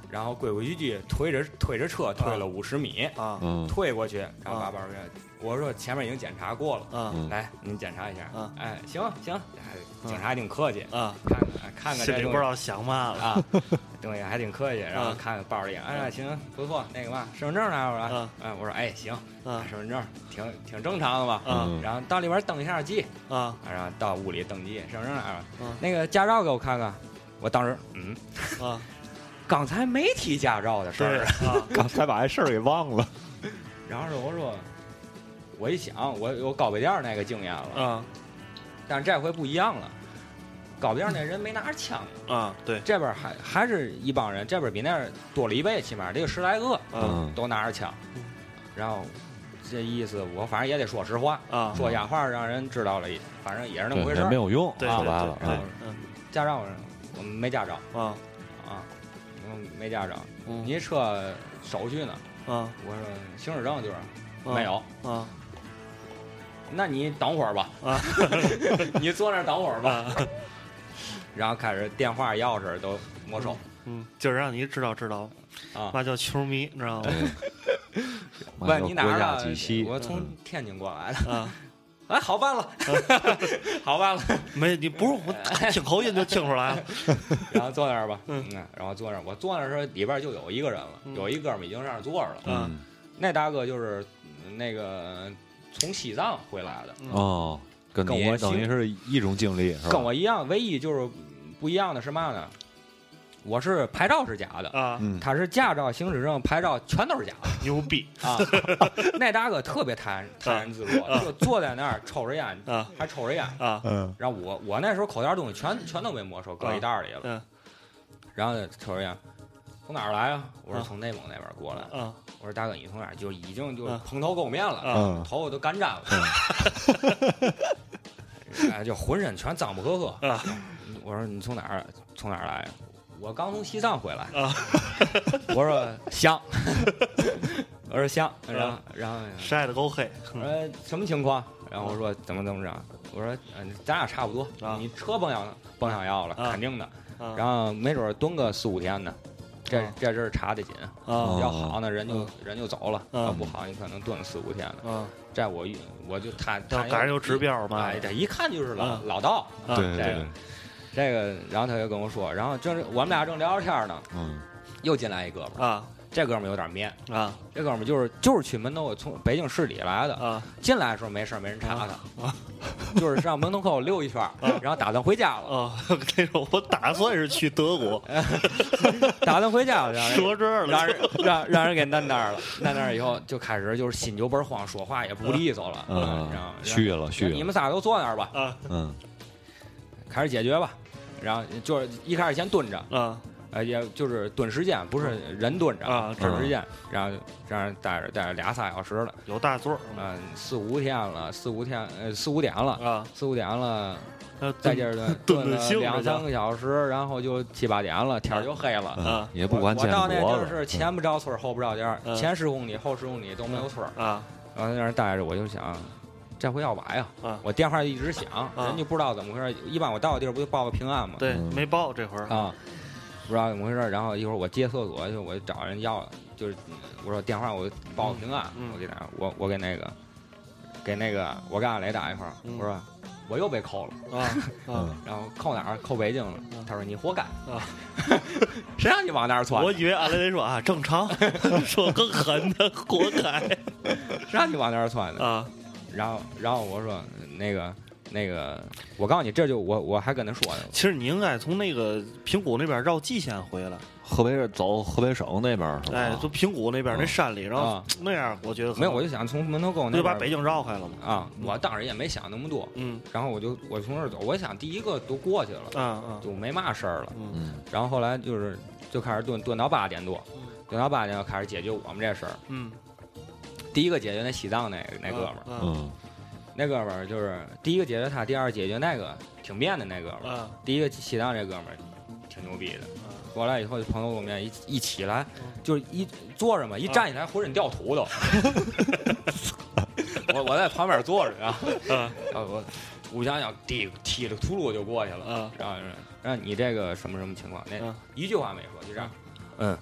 然后规规矩矩推着推着车推了五十米啊， 推过去，然后把包给我说前面已经检查过了啊， 来您检查一下啊， 哎行行，警察还挺客气啊， 看看看看这不知道想嘛了啊，东西还挺客气，然后看看包里，哎行不错，那个嘛身份证拿出来，哎我说哎行，身份证挺挺正常的吧， 嗯， 然后到里边登一下记啊， 然后到屋里登记身份证拿出来，那个驾照给我看看，我当时嗯啊。 刚才没提驾照的事儿啊，刚才把这事儿给忘了。 然后我说，我一想，我有高碑店那个经验了啊， 但是这回不一样了。高碑店那人没拿着枪啊，对， 这边还还是一帮人，这边比那儿多了一倍，起码得有十来个， 嗯， 都拿着枪。然后这意思，我反正也得说实话啊， 说假话让人知道了，反正也是那么回事， 没有用， 说白了， 嗯，驾照我们没驾照啊。 啊，没驾照， 嗯、 你车手续呢？ 啊， 我说行驶证就是、啊、没有啊， 那你等会儿吧啊， 你坐那儿等会儿吧，啊、然后开始电话、钥匙都没收， 嗯，嗯就是让你知道知道啊， 嘛叫球迷，你知道吗？ 问你哪儿的？我从天津过来的啊。哎，好办了，好办了。 没，你不是我听口音就听出来了。 然后坐那儿吧，嗯，然后坐那儿，我坐那儿时候里边就有一个人了， 嗯、 有一哥们已经让人坐着了。 嗯， 那大哥就是那个从西藏回来的。 哦，跟跟我等于是一种经历， 跟我一样，唯一就是不一样的是嘛呢？我是牌照是假的啊， 他是驾照、行驶证、牌照全都是假的， 牛逼啊！那大哥特别泰泰然自若， 啊、 就坐在那儿抽着烟， 啊， 还抽着烟啊。 嗯， 然后我我那时候口袋东西全全都被没收，搁一袋里了。 嗯， 然后抽着烟，从哪儿来啊？我说从内蒙那边过来。 啊， 我说大哥你从哪儿？就已经就蓬头垢面了， 啊、 头发都干粘了，哎，就浑身全脏不呵呵。 啊， 我说你从哪儿？从哪儿来？我刚从西藏回来， 啊、 我说香，我说香，然后然后晒得够黑， 我说什么情况？然后我说怎么怎么着？我说嗯，咱俩差不多， 啊、 你车甭想甭想要了， 啊、 肯定的， 啊、 然后没准蹲个四五天呢，这、 啊、 这阵儿查得紧， 啊、 要好呢人就、 啊、 人就走了， 啊、 要不好你可能蹲四五天呢。 啊、 这我我就他他赶上有指标嘛， 哎，这一看就是老、 啊、 老道， 啊、 对对对。这个，然后他就跟我说，然后正我们俩正聊着天呢， 嗯， 又进来一哥们儿啊， 这哥们儿有点面啊， 这哥们儿就是就是去门头从北京市里来的啊， 进来的时候没事没人查他，啊，就是上门头口溜一圈，啊、然后打算回家了啊。那种我打算是去德国， 打算回家了，让人说这了， 让人让让人给นั่那儿了，นั่那儿以后就开始就是心就倍儿慌，说话也不利索了， 嗯， 然后虚了虚了， 你们仨都坐那儿吧， 啊， 嗯， 开始解决吧。然后就是一开始先蹲着， 啊， 呃，也就是蹲时间，不是人蹲着啊， 蹲时间，然后让人待着待着俩仨小时了， 有大座， 嗯，四五天了，四五天，呃，四五点了， 啊， 四五点了，再接着蹲蹲了两三个小时，然后就七八点了，天就黑了， 啊， 也不管我到那就是前不着村后不着店，前十公里后十公里都没有村啊， 然后在那儿待着，我就想。这回要崴呀！ 啊， 我电话一直响， 啊、 人家不知道怎么回事。一般我到的地儿不就报个平安吗？ 对，嗯、没报这会儿啊，不知道怎么回事。然后一会儿我接厕所去，我就找人要，就是我说电话我报个平安， 嗯、 我给他，我我给那个给那个我干雷打一会儿， 嗯、 我说我又被扣了啊啊， 然后扣哪儿？扣北京了。 啊、 他说你活该啊， 谁让你往那儿窜？ 我以为安雷说啊正常，说更狠的活该， 谁让你往那儿窜的啊？ 然后，然后我说那个那个，我告诉你，这就我我还跟他说呢。 其实你应该从那个平谷那边绕蓟县回来， 河北走河北省那边是吧？ 哎，从平谷那边那山里，然后那样我觉得没有，我就想从门头沟那边就把北京绕开了嘛。 啊，我当然也没想那么多， 嗯。 然后我就我从那儿走，我想第一个都过去了， 啊啊， 就没嘛事儿了， 嗯。 然后后来就是就开始蹲蹲到八点多，蹲到八点开始解决我们这事儿， 嗯。 第一个解决那西藏那那哥们儿， 嗯。 那哥们儿就是第一个解决他，第二个解决那个挺面的那哥们儿。 啊、 第一个西藏这哥们儿挺牛逼的。过来以后，朋友我们一一起来，就是一坐着嘛，一站起来浑身掉土都。我我在旁边坐着啊，然后我互相要踢踢了秃噜就过去了。 啊、 然后然后你这个什么什么情况？那、 啊、 一句话没说，就这样。嗯，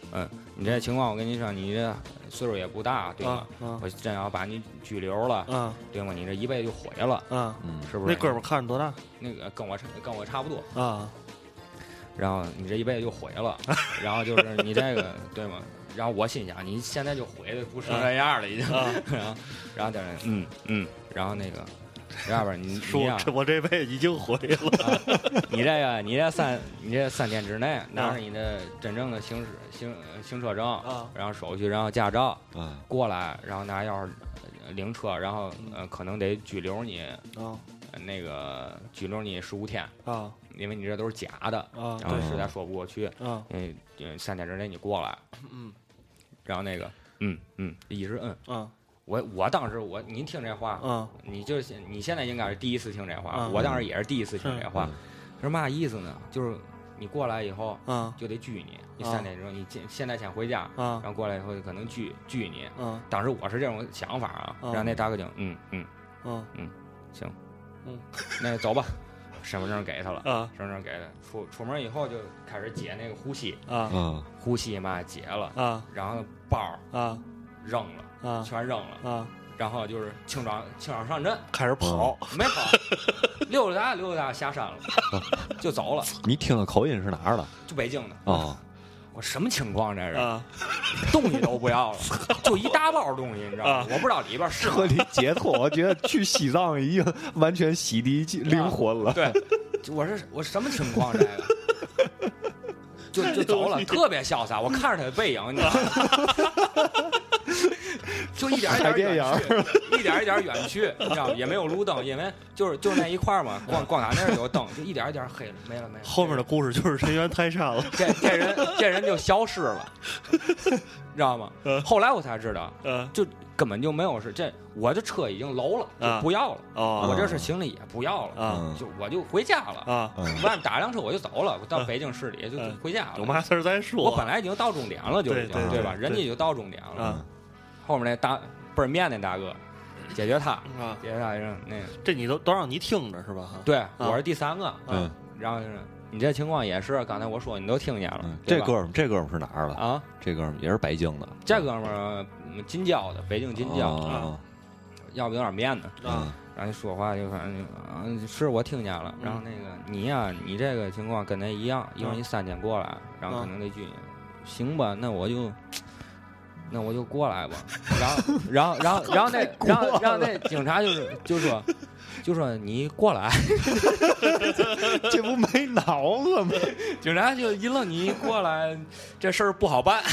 嗯，你这情况我跟你说，你这岁数也不大，对吗？ 嗯嗯我真要把你拘留了， 嗯对吗？你这一辈子就毁了， 嗯， 是不是？ 那哥们儿看着多大？ 那个跟我差跟我差不多， 啊， 然后你这一辈子就毁了，然后就是你这个对吗？然后我心想，你现在就毁的不成这样了，已经。 啊然后，然后在那嗯嗯，然后那个，要不然你说你呀、 这我这辈子已经毁了。 啊，你这个你这三你这三天之内拿着你的真正的行驶行行车证， 啊然后手续，然后驾照啊过来，然后拿钥匙呃领车，然后呃可能得拘留你， 啊呃那个拘留你十五天， 啊因为你这都是假的， 啊然后实在说不过去， 啊嗯，嗯三天之内你过来， 嗯然后那个嗯嗯一直嗯。 啊我我当时我您听这话， 啊你就现你现在应该是第一次听这话， 嗯我当时也是第一次听这话嗯， 是嘛意思呢？就是你过来以后啊就得拘你，你啊三点钟你现现在先回家， 啊然后过来以后可能拘拘你。 啊当时我是这种想法啊， 嗯然后那大哥就嗯嗯啊行， 嗯， 那走吧，身份证给他了， 啊身份证给他，出出门以后就开始解那个呼吸， 啊啊呼吸嘛解了， 啊然后包啊扔了， 啊全扔了。 啊！ 然后就是轻装轻装上阵， 开始跑没跑，溜达溜达下山了，就走了， 你听的口音是哪儿的？ 就北京的。 哦， 我什么情况这是？ 啊东西都不要了，就一大包东西，你知道吗？ 啊我不知道里边是彻底解脱，我觉得去西藏已经完全洗涤灵魂了。 对，我是我什么情况这个？就就走了，特别潇洒。我看着他的背影，你知道吗？就一点一点远去，一点一点远去，你知道吗？也没有路灯，因为就是就是那一块嘛，光光他那儿有灯，就一点一点黑了，没了没了。 后面的故事就是人员太差了。 这这人这人就消失了，知道吗？后来我才知道， 嗯就根本就没有事。这我的车已经楼了，就不要了。 哦我这是行李也不要了， 啊就我就回家了。 啊， 外面打辆车我就走了，我到北京市里就嗯回家了。 有嘛事儿再说。 我本来已经到终点了，就已经对对对吧？ 对人家就到终点了。 啊后面那大倍儿面那大哥解决他， 啊， 解决他让那个这你都都让你听着是吧？哈对我是第三个， 嗯然后就是你这情况也是，刚才我说你都听见了嗯，， 对吧这哥们儿这哥们儿是哪儿的？ 啊， 这哥们儿也是北京的。 这哥们儿嗯金郊的，北京金郊， 哦要不有点面子。 啊然后说话就反正就啊，是我听见了。然后那个你呀、你这个情况跟那一样，一会儿你三天过来，然后可能得拘你。行吧，那我就，那我就过来吧。然后，然后，然后，然后那，然后，然后那警察就是就说，就说你过来。 这不没脑子吗？ 警察就一愣，你过来，这事儿不好办。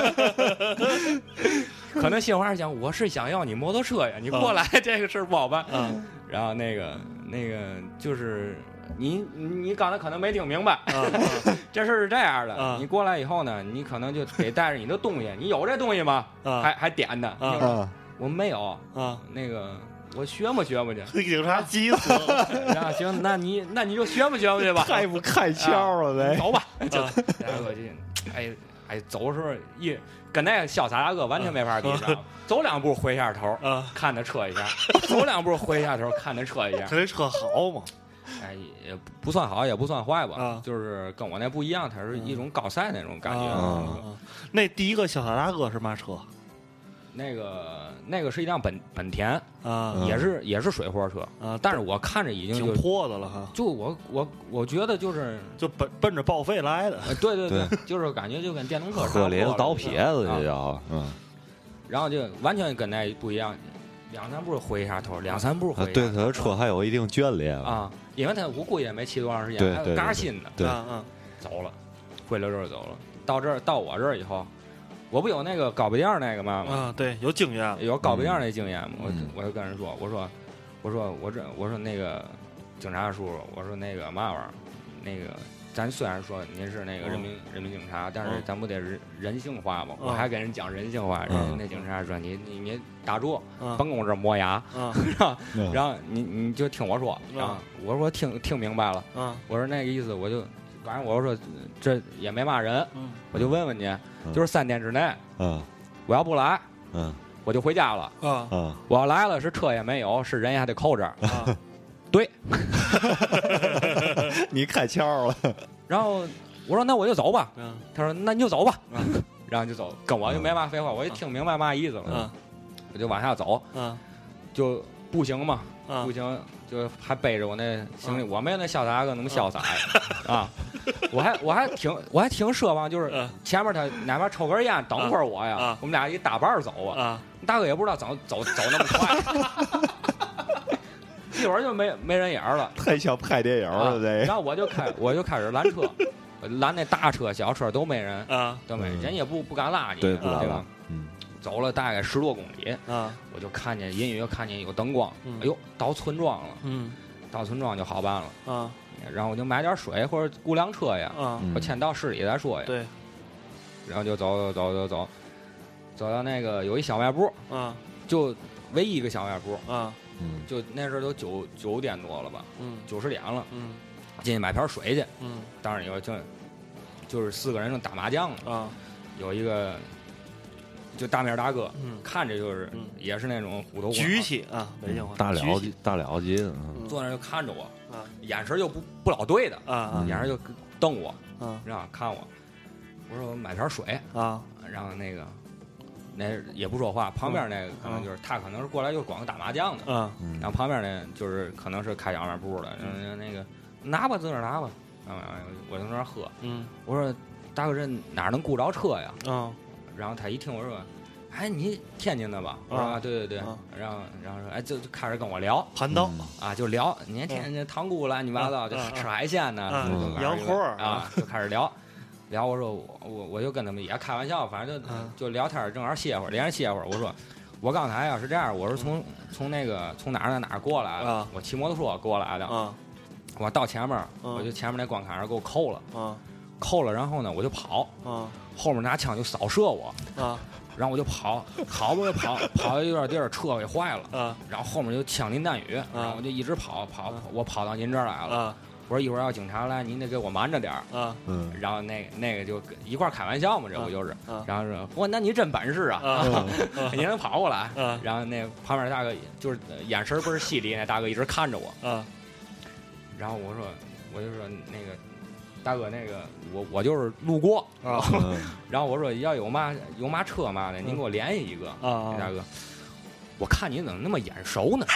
可能心话想，我是想要你摩托车呀，你过来，这个事儿不好办。 嗯然后那个那个就是你你刚才可能没听明白， 啊这事儿是这样的， 啊你过来以后呢，你可能就得带着你的东西，你有这东西吗？ 啊还还点的， 啊啊我没有， 啊！ 那个我学摸学摸去。 那警察急死了。 然后行，那你那你就学摸学摸去吧， 太不开窍了呗。 走吧，就然后就哎哎走的时候一跟那个潇洒大哥完全没法比，知道吗？走两步回下头， 啊， 看他车一下；走两步回下头，看他车一下。 他这车好吗？ 哎，也不算好，也不算坏吧， 啊就是跟我那不一样，它是一种高赛那种感觉。 啊啊那第一个潇洒大哥是嘛车那个那个是一辆本本田， 啊也是也是水货车， 啊？ 但是我看着已经挺就破的了哈， 就我我我觉得就是， 就奔奔着报废来的。 呃对对对，就是感觉就跟电动车差不多喝里头倒了撇子啊这叫，嗯， 然后就完全跟那不一样，两三步回一下头，两三步回一下头。 啊对他的车还有一定眷恋。 啊，因为他我估计也没骑多长时间，还有对对对嘎新的， 对啊啊走了，回了这儿走了。到这儿到我这儿以后，我不有那个高碑店那个嘛吗？ 啊！对，有经验了。 有高碑店那经验嘛？我嗯我就跟人说，我说我说我这我说那个警察叔叔，我说那个嘛玩意儿，那个咱虽然说您是那个人民人民警察，但是嗯咱不得人人性化嘛？ 嗯我还跟人讲人性化，人嗯家那警察说你你你打住， 啊甭跟我这儿磨牙。 啊嗯然后你你就听我说，然后我说听听明白了， 啊我说那个意思，我就反正我说这也没骂人， 嗯我就问问你，就是三天之内嗯我要不来， 嗯我就回家了； 啊嗯， 我要来了，是车也没有，是人也还得扣这儿。 啊！ 对， 你开窍了。 然后我说那我就走吧， 嗯他说那你就走吧， 然后就走，跟我就没嘛废话，我就听明白嘛意思了， 嗯， 我就往下走， 嗯， 就步行嘛， 嗯步行就还背着我那行李，我没有那潇洒哥那么潇洒啊，我还我还挺我还挺奢望，就是前面他哪怕抽根烟等会儿我呀，我们俩一搭伴走啊，大哥也不知道走走走那么快。一会儿就没没人影了， 太像拍电影了这、啊。 然后我就开我就开始拦车，拦那大车小车都没人啊， 都没人，人也不不敢拉你， 对不敢拉。嗯，走了大概十多公里啊， 我就看见隐约看见有灯光，嗯、哎呦，到村庄了， 嗯， 到村庄就好办了啊。 然后我就买点水或者雇辆车呀， 啊， 我先到市里再说呀。 对。 然后就走走走走走，走到那个有一小卖部， 啊， 就唯一一个小卖部， 啊。 嗯，就那时候都九九点多了吧， 嗯， 九十点了， 嗯， 进去买瓶水去， 嗯， 当然有就就是四个人正打麻将呢， 啊， 有一个就大面大哥， 嗯， 看着就是、 嗯、 也是那种虎头举起啊，北京话大了级大了级的， 嗯，坐那就看着我， 啊， 眼神就不不老对的， 啊， 眼神就瞪我， 啊， 然后看我，我说我买瓶水啊， 然后那个。那也不说话，旁边那个可能就是、嗯、他可能是过来就光打麻将的， 嗯， 然后旁边那就是可能是开小卖部的，嗯，那个拿吧，自个儿拿吧，然后我就在那儿喝， 嗯， 我说大哥这哪能雇着车呀？ 嗯， 然后他一听我说，哎，你天津的吧？我说啊，对对对， 啊、 然后然后说，哎，就就开始跟我聊盘道啊，就聊，你天津塘沽乱七八糟，就吃海鲜呢， 洋货啊，就开始聊。聊我说我我我就跟他们也开玩笑，反正就、嗯、就聊天，正好歇会儿，连着歇会儿。我说我刚才要是这样，我是从、嗯、从那个从哪儿哪儿过来的， 啊、 我骑摩托车过来的。 啊、 我到前面， 嗯、 我就前面那关卡上给我扣了， 啊、 扣了，然后呢我就跑， 啊、 后面拿枪就扫射我， 啊、 然后我就跑，跑不就跑，跑有点地儿车给坏了， 啊、 然后后面就枪林弹雨， 啊、 然后我就一直跑跑，我跑到您这儿来了。 啊我说一会儿要警察来，您得给我瞒着点儿啊。 嗯， 然后那个那个就一块开玩笑嘛，这不就是？ 啊、 然后说，哇，那你真本事啊！ 啊你能跑过来？ 啊、 然后那旁边大哥就是眼神倍儿犀利，那大哥一直看着我。 啊。 然后我说，我就说那个大哥，那个我我就是路过啊。 然后我说要有嘛有嘛车嘛的，您给我联系一个。 啊， 大哥，我看你怎么那么眼熟呢？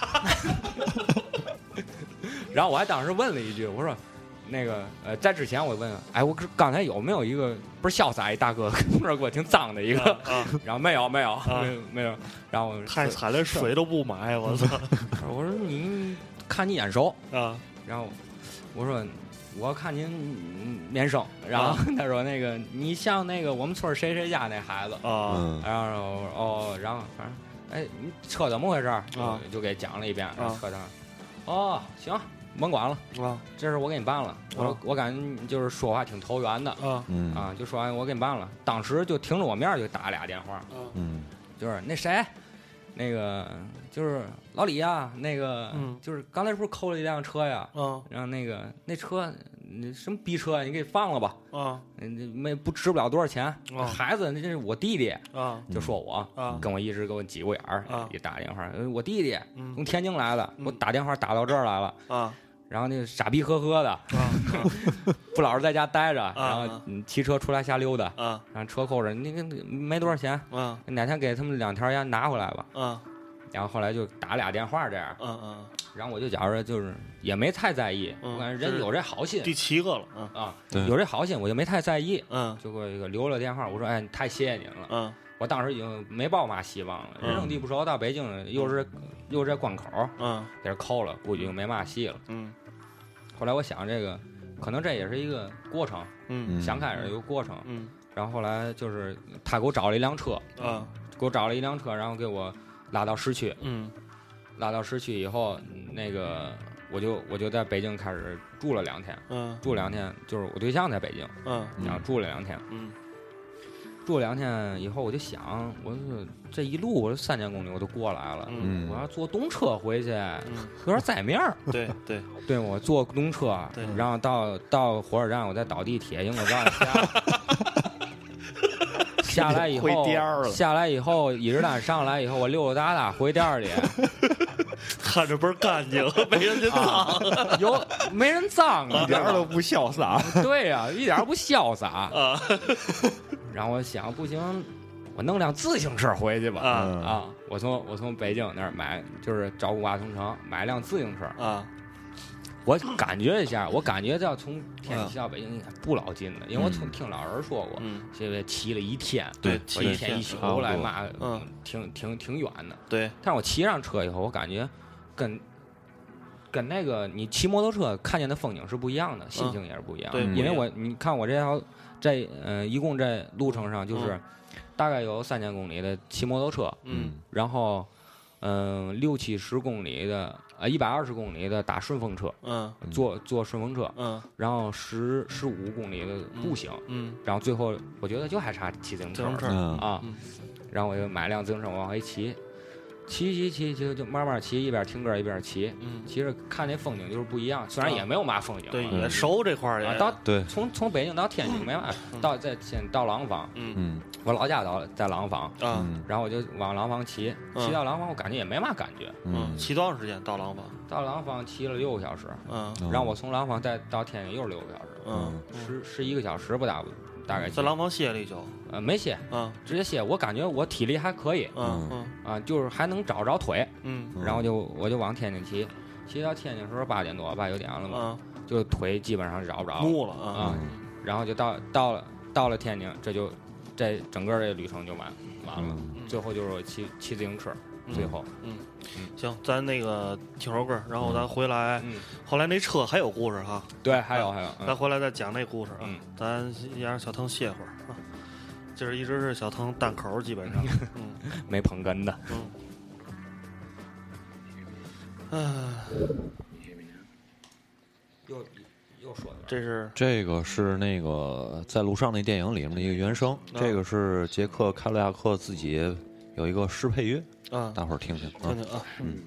然后我还当时问了一句，我说，那个呃，在之前我问，哎，我刚才有没有一个不是潇洒一大哥，不是给我挺脏的一个， 啊、 然后没有没有、 啊、 没有没有，然后太惨了，水都不买，我操！ 我说你看你眼熟啊， 然后我说我看您面生，然后他说那个你像那个我们村谁谁家那孩子啊， 然后哦，然后反正哎，你车怎么回事啊？就给讲了一遍，然后车上，哦，行。甭管了啊！ 这事我给你办了。我说、啊、我感觉就是说话挺投缘的啊， 嗯啊，就说完我给你办了。当时就听着我面就打俩电话， 嗯， 就是那谁，那个就是老李呀，那个、 嗯、 就是刚才不是扣了一辆车呀， 嗯， 然后那个那车你什么逼车，你给放了吧， 啊， 没不值不了多少钱， 啊、 孩子那这是我弟弟啊， 就说我啊， 跟我一直给我挤过眼儿， 啊， 一打电话，我弟弟嗯从天津来的， 嗯、 我打电话打到这儿来了啊。 然后那个傻逼呵呵的， 啊、 不老是在家待着， 啊、 然后骑车出来瞎溜达， 啊、 然后车扣着，那个没多少钱， 啊、 哪天给他们两条烟拿回来吧。 啊、 然后后来就打俩电话这样， 嗯嗯， 然后我就觉着就是也没太在意， 嗯、 我感觉人有这好心， 第七个了， 嗯、啊，有这好心我就没太在意， 嗯， 就给我一个留了电话，我说哎，太谢谢您了， 嗯。 我当时已经没抱嘛希望了， 嗯、 人生地不熟，到北京又是又是这关口， 嗯， 给人扣了，估计就没嘛戏了， 嗯。 后来我想，这个可能这也是一个过程， 嗯， 想开始一个过程， 嗯， 然后后来就是他给我找了一辆车， 啊， 给我找了一辆车，然后给我拉到市区， 嗯， 拉到市区以后，那个我就我就在北京开始住了两天， 嗯， 住两天，就是我对象在北京， 嗯， 然后住了两天， 嗯。 住两天以后，我就想，我说这一路我三千公里我都过来了， 嗯， 我要坐动车回去， 嗯、 有点宰面儿。 对对对，我坐动车，然后到到火车站，我再倒地铁，因为我让下下来以后，下来以后，一日单上来以后，我溜溜达达回店里， 看着倍儿干净，没人家脏， 啊、有没人脏啊， 一点都不潇洒。 对呀、啊，一点不潇洒啊。 然后我想不行，我弄辆自行车回去吧。 啊啊！我从我从北京那儿买，就是找五八同城买辆自行车啊。 我感觉一下，我感觉要从天津骑到北京应该不老近的，因为我从听老人说过，这个骑了一天， 对， 我一天一宿来嘛，嗯，挺挺挺远的。 对， 但是我骑上车以后，我感觉跟跟那个你骑摩托车看见的风景是不一样的，心情也是不一样的。因为我你看我这条这呃一共这路程上就是大概有三千公里的骑摩托车， 嗯， 然后嗯、呃、六七十公里的。呃，一百二十公里的打顺风车， 嗯， 坐坐顺风车， 嗯， 然后十十五公里的步行， 嗯， 然后最后我觉得就还差骑自行车， 车啊，然后我就买辆自行车往回骑，骑骑骑骑就慢慢骑，一边听歌一边骑， 嗯， 其实看那风景就是不一样，虽然也没有嘛风景， 对，也熟这块儿也， 到对， 从从北京到天津没嘛，到再先到廊坊， 嗯， 我老家到在廊坊啊， 然后我就往廊坊骑，骑到廊坊我感觉也没嘛感觉， 嗯，骑多长时间到廊坊？ 到廊坊骑了六个小时， 嗯， 然后我从廊坊再到天津又是六个小时， 嗯， 十十一个小时不大不大概。 在廊坊歇了一宿， 呃，没歇， 嗯， 直接歇。我感觉我体力还可以， 嗯嗯， 啊，就是还能找着腿， 嗯， 然后就我就往天津骑，骑到天津的时候八点多八九点了嘛， 嗯， 就腿基本上找不着， 木了啊，然后就到到了到了天津，这就这整个这旅程就完完了，最后就是骑骑自行车。最后， 嗯，行，咱那个听首歌，然后咱回来。嗯，后来那车还有故事哈。 对，还有还有， 咱回来再讲那故事啊。 嗯， 咱也让小腾歇会儿啊。就是一直是小腾单口，基本上，嗯， 没捧哏的。 嗯，唉， 又又说的， 这是这个是那个在路上那电影里面的一个原声，这个是杰克凯鲁亚克自己有一个试配乐。 啊， 大伙儿听听， 听听啊，嗯。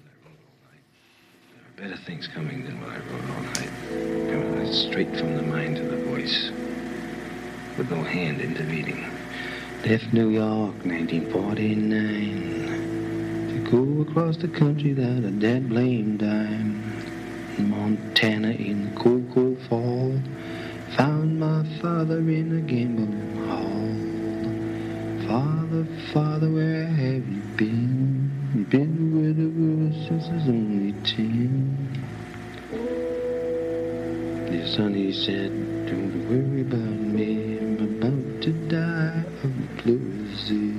Better things coming than what I wrote all night. Coming straight from the mind to the voice, with no hand intervening. Left New York, nineteen forty-nine, to go across the country without a dead blame dime. In Montana in the cold, cold fall, found my father in a gambling hall. Father, Father, where have you been? You've been with the world since I was only ten. Dear son, he said, don't worry about me. I'm about to die of pleurisy.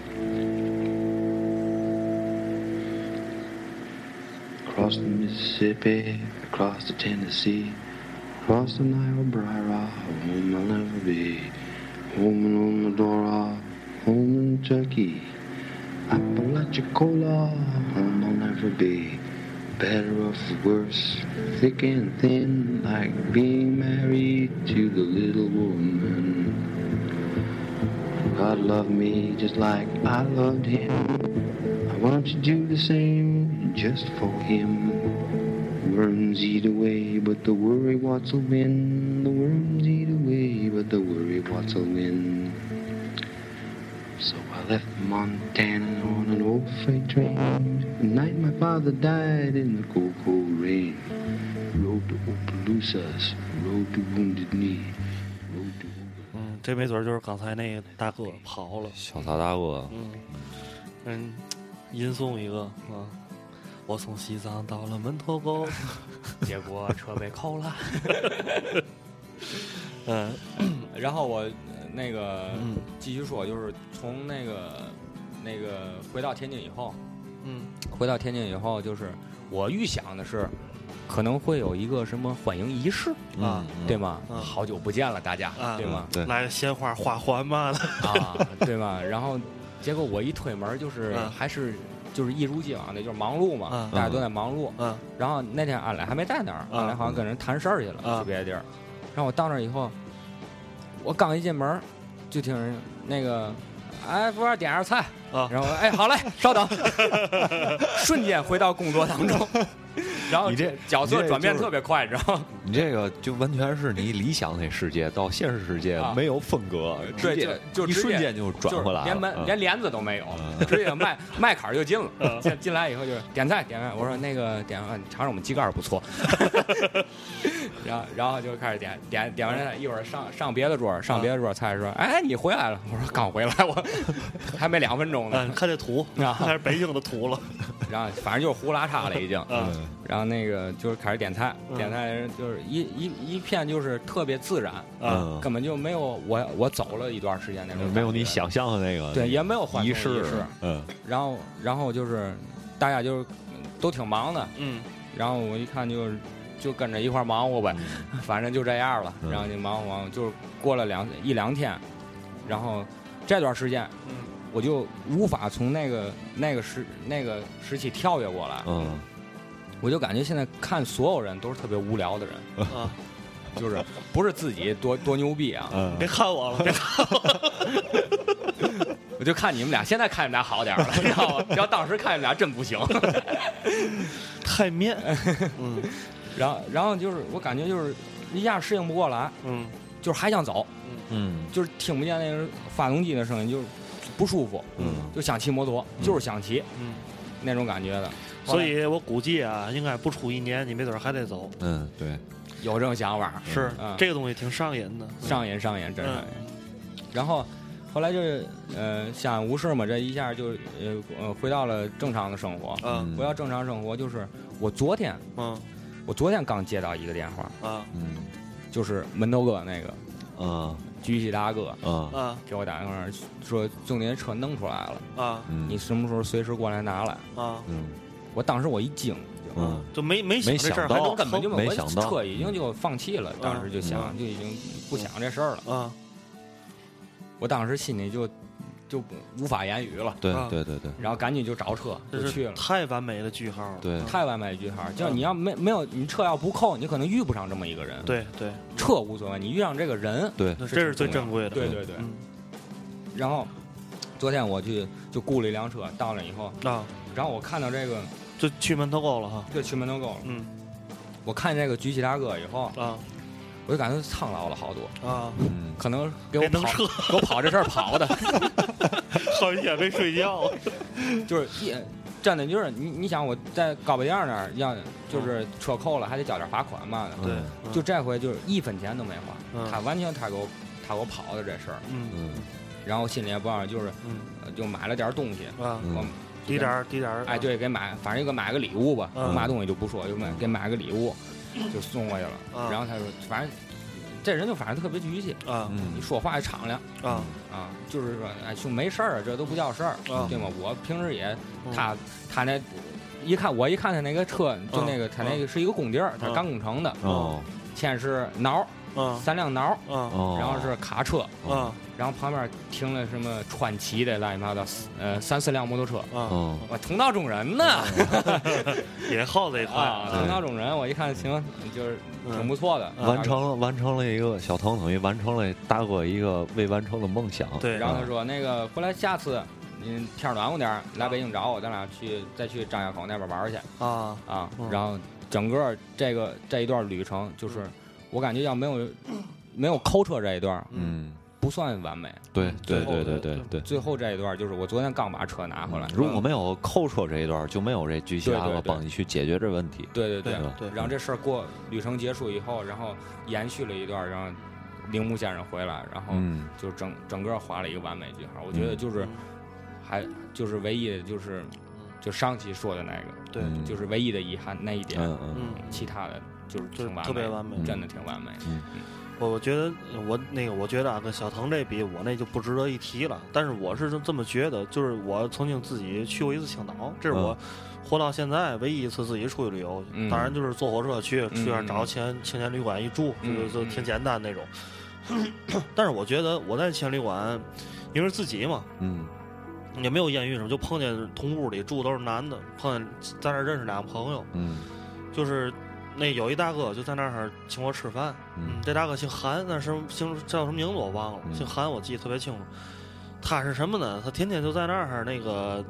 Across the Mississippi, across the Tennessee, across the Niobrara, home I'll never be. Home in Medora, home in Turkey, Apalachicola, home I'll never be. Better or worse, thick and thin, like being married to the little woman. God loved me just like I loved him. I want you to do the same just for him. Worms eat away, but the worry what's will win. The worms eat away, but the worry what's will win. So I left Montana on an old freight train. The night my father died in the cold, cold rain. Rode to Opelousas, rode to Wounded Knee. 嗯，这没准就是刚才那个大哥跑了， 小撒大哥。 嗯嗯，吟诵一个啊。我从西藏到了门头沟， 结果车被扣了。 嗯， 然后我那个继续说，就是从那个那个回到天津以后， 嗯， 回到天津以后，就是我预想的是，可能会有一个什么欢迎仪式啊，对吗？ 嗯、 好久不见了，大家， 啊、 对吗？ 对， 来个鲜花花环嘛的啊，对吧？然后结果我一推门，就是、 嗯、 还是。就是一如既往的，就是忙碌嘛， 嗯、 大家都在忙碌。 嗯， 然后那天安磊还没在那儿，安磊好像跟人谈事儿去了， 嗯、 去别的地儿。然后我到那儿以后，我刚一进门，就听人那个，哎，服务员点点菜。 啊， 然后哎，好嘞，稍等，瞬间回到工作当中。然后你这角色转变特别快，你知道吗？ 你这个就完全是你理想那世界到现实世界没有分隔， 对，就就一瞬间就转回来了， 连门连帘子都没有，直接迈迈坎就进了。进进来以后就是点菜点菜，我说那个点啊，尝尝我们鸡肝不错。 然后然后就开始点点点完菜，一会儿上上别的桌，上别的桌菜说，哎，你回来了？我说刚回来，我还没两分钟呢。 嗯，看这图，还是北京的图了。 然后反正就是胡拉碴了已经。 嗯。 然后那个就是开始点菜，点菜就是一一一片就是特别自然， 嗯， 根本就没有我我走了一段时间那种， 没有你想象的那个， 对，也没有仪式， 嗯。然后然后就是大家就是都挺忙的， 嗯。 然后我一看就是。就跟着一块忙活呗， 嗯、 反正就这样了。然后就忙活忙活，就是过了两一两天，然后这段时间， 嗯， 我就无法从那个那个时那个时期跳跃过来。 嗯， 我就感觉现在看所有人都是特别无聊的人。 啊， 就是不是自己多多牛逼啊！ 嗯，别看我了，别看我了。 我就看你们俩，现在看你们俩好点了，你知道吗？要当时看你们俩真不行， 太面。嗯。 然后，然后就是我感觉就是一下适应不过来， 嗯， 就是还想走， 嗯， 就是听不见那个发动机的声音，就是不舒服， 嗯， 就想骑摩托， 嗯、 就是想骑， 嗯， 那种感觉的。 所以我估计啊，应该不出一年，你没准还得走。 嗯，对， 有这种想法， 是， 嗯、 这个东西挺上瘾的， 上瘾上瘾，真上瘾。嗯、然后后来就是呃相安无事嘛，这一下就呃呃回到了正常的生活， 嗯， 回到正常生活就是我昨天， 嗯。 我昨天刚接到一个电话啊， 嗯， 就是门头哥那个， 啊， 举起大哥， 啊， 给我打电话说，兄弟，车弄出来了， 啊， 你什么时候随时过来拿来？ 啊， 嗯， 我当时我一惊， 嗯， 就没没想这事儿， 到根本就没想到， 车已经就放弃了，当时就想就已经不想这事儿了， 啊， 我当时心里就。就无法言语了， 对对对对， 然后赶紧就找车就去了， 太完美的句号， 对， 太完美的句号，就是你要没没有你车要不扣，你可能遇不上这么一个人， 对对， 车无所谓，你遇上这个人， 对， 这是最珍贵的， 对对对。然后昨天我去就雇了一辆车，到了以后啊， 然后我看到这个就去门头沟了哈， 对，去门头沟了， 嗯， 我看这个举起大哥以后啊。 我就感觉苍老了好多啊， 嗯，可能给我跑，给我跑这事儿跑的， 好几天没睡觉， 就是一真的就是你你想我在高碑店那儿要就是车扣了还得交点罚款嘛的， 对， 就这回就是一分钱都没花， 嗯、 他完全他给我他给我跑的这事儿， 嗯嗯， 然后我心里也不知道就是， 嗯， 就买了点东西啊， 我抵点抵点， 哎，对，给买，反正给买个礼物吧， 嗯、 买东西就不说，就买给买个礼物，就送过去了， 嗯、 然后他说反正。这人就反正特别局气啊， 你说话也敞亮啊啊，就是说，哎，兄没事儿，这都不叫事儿，对吗？我平时也，他他那一看我一看他那个车，就那个他那个是一个工地儿，他干工程的， 哦， 先是挠，三辆挠，然后是卡车，然后旁边停了什么川崎的乱七八糟，呃，三四辆摩托车，我同道中人呢， 也好这一块， 同道中人，我一看行，就是挺不错的， 完成了完成了一个小腾等于完成了大哥一个未完成的梦想。 对， 然后他说那个回来下次你天暖和点来北京找我，咱俩去再去张家口那边玩去啊啊，然后整个这个这一段旅程就是我感觉要没有没有扣车这一段， 嗯。 不算完美， 对对对对对对。 最后这一段就是我昨天刚把车拿回来， 如果没有扣车这一段，就没有这举起大哥帮你去解决这问题。 对对对对。然后这事儿过旅程结束以后，然后延续了一段，然后铃木先生回来，然后就整整个画了一个完美句号。我觉得就是还就是唯一的就是就上期说的那个， 对， 就是唯一的遗憾那一点， 嗯嗯， 其他的就是挺完美， 特别完美， 真的挺完美。 嗯。 我我觉得我那个我觉得啊，跟小腾这比，我那就不值得一提了。但是我是这么觉得，就是我曾经自己去过一次青岛，这是我活到现在唯一一次自己出去旅游。 嗯、 当然就是坐火车去，去那儿找青青年旅馆一住， 嗯、 就就挺简单那种。嗯、但是我觉得我在青年旅馆，因为自己嘛， 嗯， 也没有艳遇什么，就碰见同屋里住都是男的，碰见在那儿认识两个朋友， 嗯， 就是。那有一大哥就在那儿请我吃饭，嗯，这大哥姓韩，但是姓叫什么名字我忘了， 嗯、 姓韩我记得特别清楚。他是什么呢？他天天就在那儿那个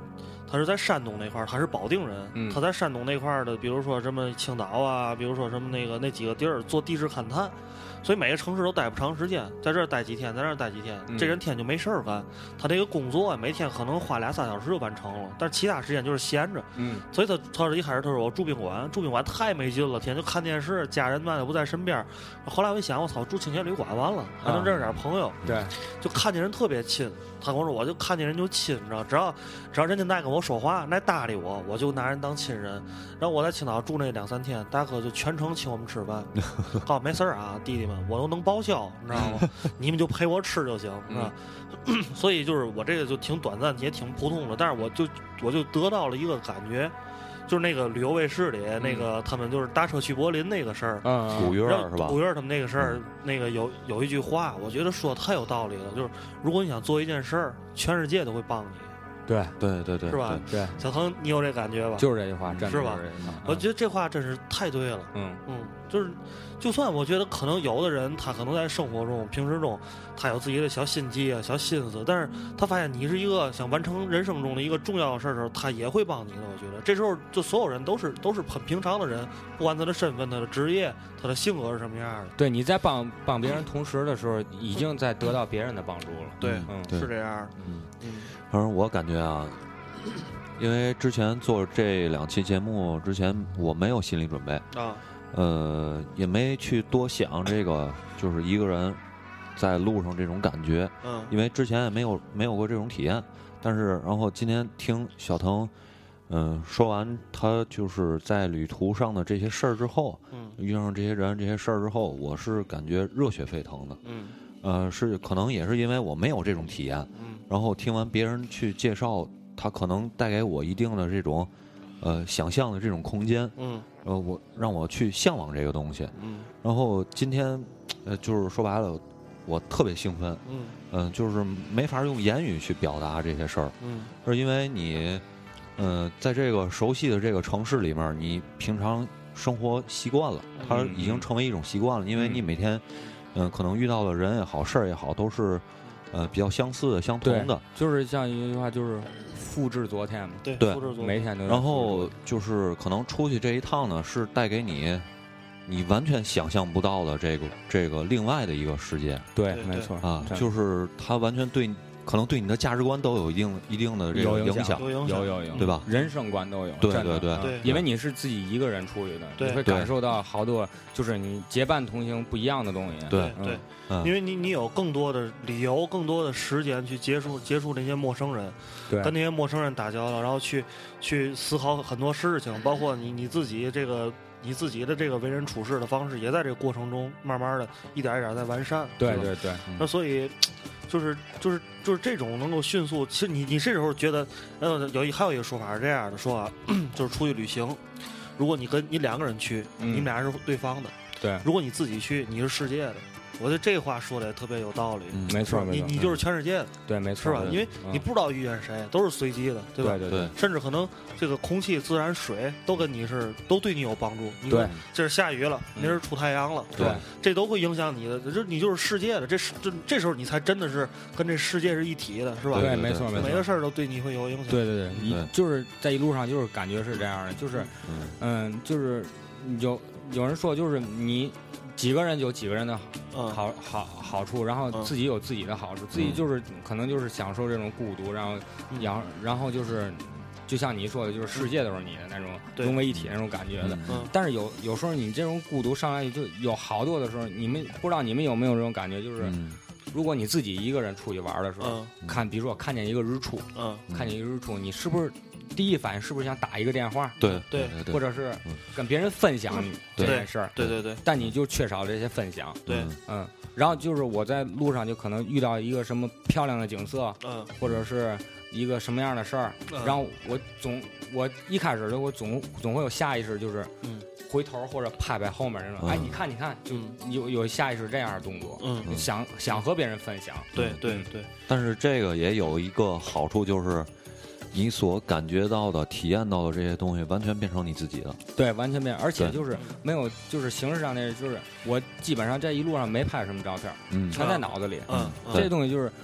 他是在山东那块儿，他是保定人， 嗯、 他在山东那块儿的，比如说什么青岛啊，比如说什么那个那几个地儿做地质勘探。所以每个城市都待不长时间，在这儿待几天，在那儿待几天， 嗯、 这人天就没事儿干。他这个工作每天可能花俩仨小时就完成了，但是其他时间就是闲着。 嗯， 所以他他一开始他说我住宾馆，住宾馆太没劲了，天天就看电视，家人嘛也不在身边。后来我一想，我操，住青年旅馆完了，还能认识点朋友。 啊、对， 就看见人特别亲。他跟我说，我就看见人就亲，你知道，只要只要人家爱跟我说话，爱搭理我，我就拿人当亲人。然后我在青岛住那两三天，大哥就全程请我们吃饭，告诉没事儿啊，弟弟们，我都能报销，你知道吗？你们就陪我吃就行，是吧？嗯、所以就是我这个就挺短暂，也挺普通的，但是我就我就得到了一个感觉。就是那个旅游卫视里，嗯、那个他们就是搭车去柏林那个事儿， 嗯，古月是吧？ 古月他们那个事儿，嗯、那个有有一句话，我觉得说的太有道理了，就是如果你想做一件事儿，全世界都会帮你。 对对对对， 是吧？ 对， 小腾，你有这感觉吧？ 就是这句话，真是吧？ 嗯、 我觉得这话真是太对了。 嗯嗯，就是，就算我觉得可能有的人他可能在生活中、平时中，他有自己的小心机啊、小心思，但是他发现你是一个想完成人生中的一个重要的事儿的时候，他也会帮你的。我觉得这时候就所有人都是都是很平常的人，不管他的身份、他的职业、他的性格是什么样的。 对，你在帮帮别人同时的时候，已经在得到别人的帮助了。 对， 嗯， 是这样。 嗯嗯，反正我感觉啊。因为之前做这两期节目之前，我没有心理准备啊， 呃，也没去多想这个，就是一个人在路上这种感觉， 嗯， 因为之前也没有没有过这种体验。但是，然后今天听小腾，嗯、呃，说完他就是在旅途上的这些事儿之后， 嗯， 遇上这些人、这些事儿之后，我是感觉热血沸腾的， 嗯， 呃，是可能也是因为我没有这种体验， 嗯， 然后听完别人去介绍。他可能带给我一定的这种，呃，想象的这种空间， 嗯， 呃，我让我去向往这个东西， 嗯， 然后今天，呃，就是说白了，我特别兴奋， 嗯， 嗯、呃，就是没法用言语去表达这些事儿， 嗯， 是因为你，呃，在这个熟悉的这个城市里面，你平常生活习惯了，它已经成为一种习惯了，因为你每天，嗯、呃，可能遇到的人也好，事儿也好，都是。呃，比较相似的、相同的， 就是像一句话，就是复制昨天嘛。 对， 对， 复制昨天每天都。 然后就是可能出去这一趟呢，是带给你你完全想象不到的这个这个另外的一个世界。 对，没错啊，就是它完全对，可能对你的价值观都有一定一定的这个影响， 有影响，有有有， 对吧？ 人生观都有。 对对对对， 因为你是自己一个人出去的， 对你会感受到好多就是你结伴同行不一样的东西。 对对。 嗯、 因为你你有更多的理由，更多的时间去接触接触那些陌生人， 对， 跟那些陌生人打交道，然后去去思考很多事情，包括你你自己这个你自己的这个为人处事的方式，也在这个过程中慢慢的一点一点在完善。 对对对， 那、嗯、所以就是就是就是这种能够迅速，其实你你这时候觉得，呃，有一还有一个说法是这样的，说啊，就是出去旅行，如果你跟你两个人去， 嗯、 你们俩是对方的， 对， 如果你自己去，你是世界的。我觉得这话说的也特别有道理， 嗯、没错， 你你就是全世界的， 对，没错， 是吧？因为你不知道遇见谁，都是随机的，对吧？ 对对对， 甚至可能这个空气、自然、水都跟你是都对你有帮助。你对， 这是下雨了，那是出太阳了， 对， 这都会影响你的。这你就是世界的，这是这这时候你才真的是跟这世界是一体的，是吧？ 对，没错没错， 每个事儿都对你会有影响。 对对对，你就是在一路上就是感觉是这样的，就是嗯，就是有有人说就是你。几个人有几个人的好好好处，然后自己有自己的好处，自己就是可能就是享受这种孤独，然后然然后就是就像你说的，就是世界都是你的那种融为一体那种感觉的。但是有有时候你这种孤独上来就有好多的时候，你们不知道你们有没有这种感觉，就是如果你自己一个人出去玩的时候，看比如说看见一个日出， 嗯， 看见一个日出，你是不是？第一反应是不是想打一个电话？ 对对对， 或者是跟别人分享这件事儿？ 对对对。 但你就缺少了这些分享。 对， 嗯。然后就是我在路上就可能遇到一个什么漂亮的景色， 嗯， 或者是一个什么样的事儿，然后我总我一开始的我总总会有下意识就是， 嗯， 回头或者拍拍后面那种，哎，你看你看，就有有下意识这样的动作， 嗯， 想想和别人分享。 对对对。 但是这个也有一个好处就是。你所感觉到的、体验到的这些东西，完全变成你自己的。 对，完全变，而且就是没有，就是形式上那，就是我基本上这一路上没拍什么照片， 嗯， 全在脑子里。 嗯， 这些东西就是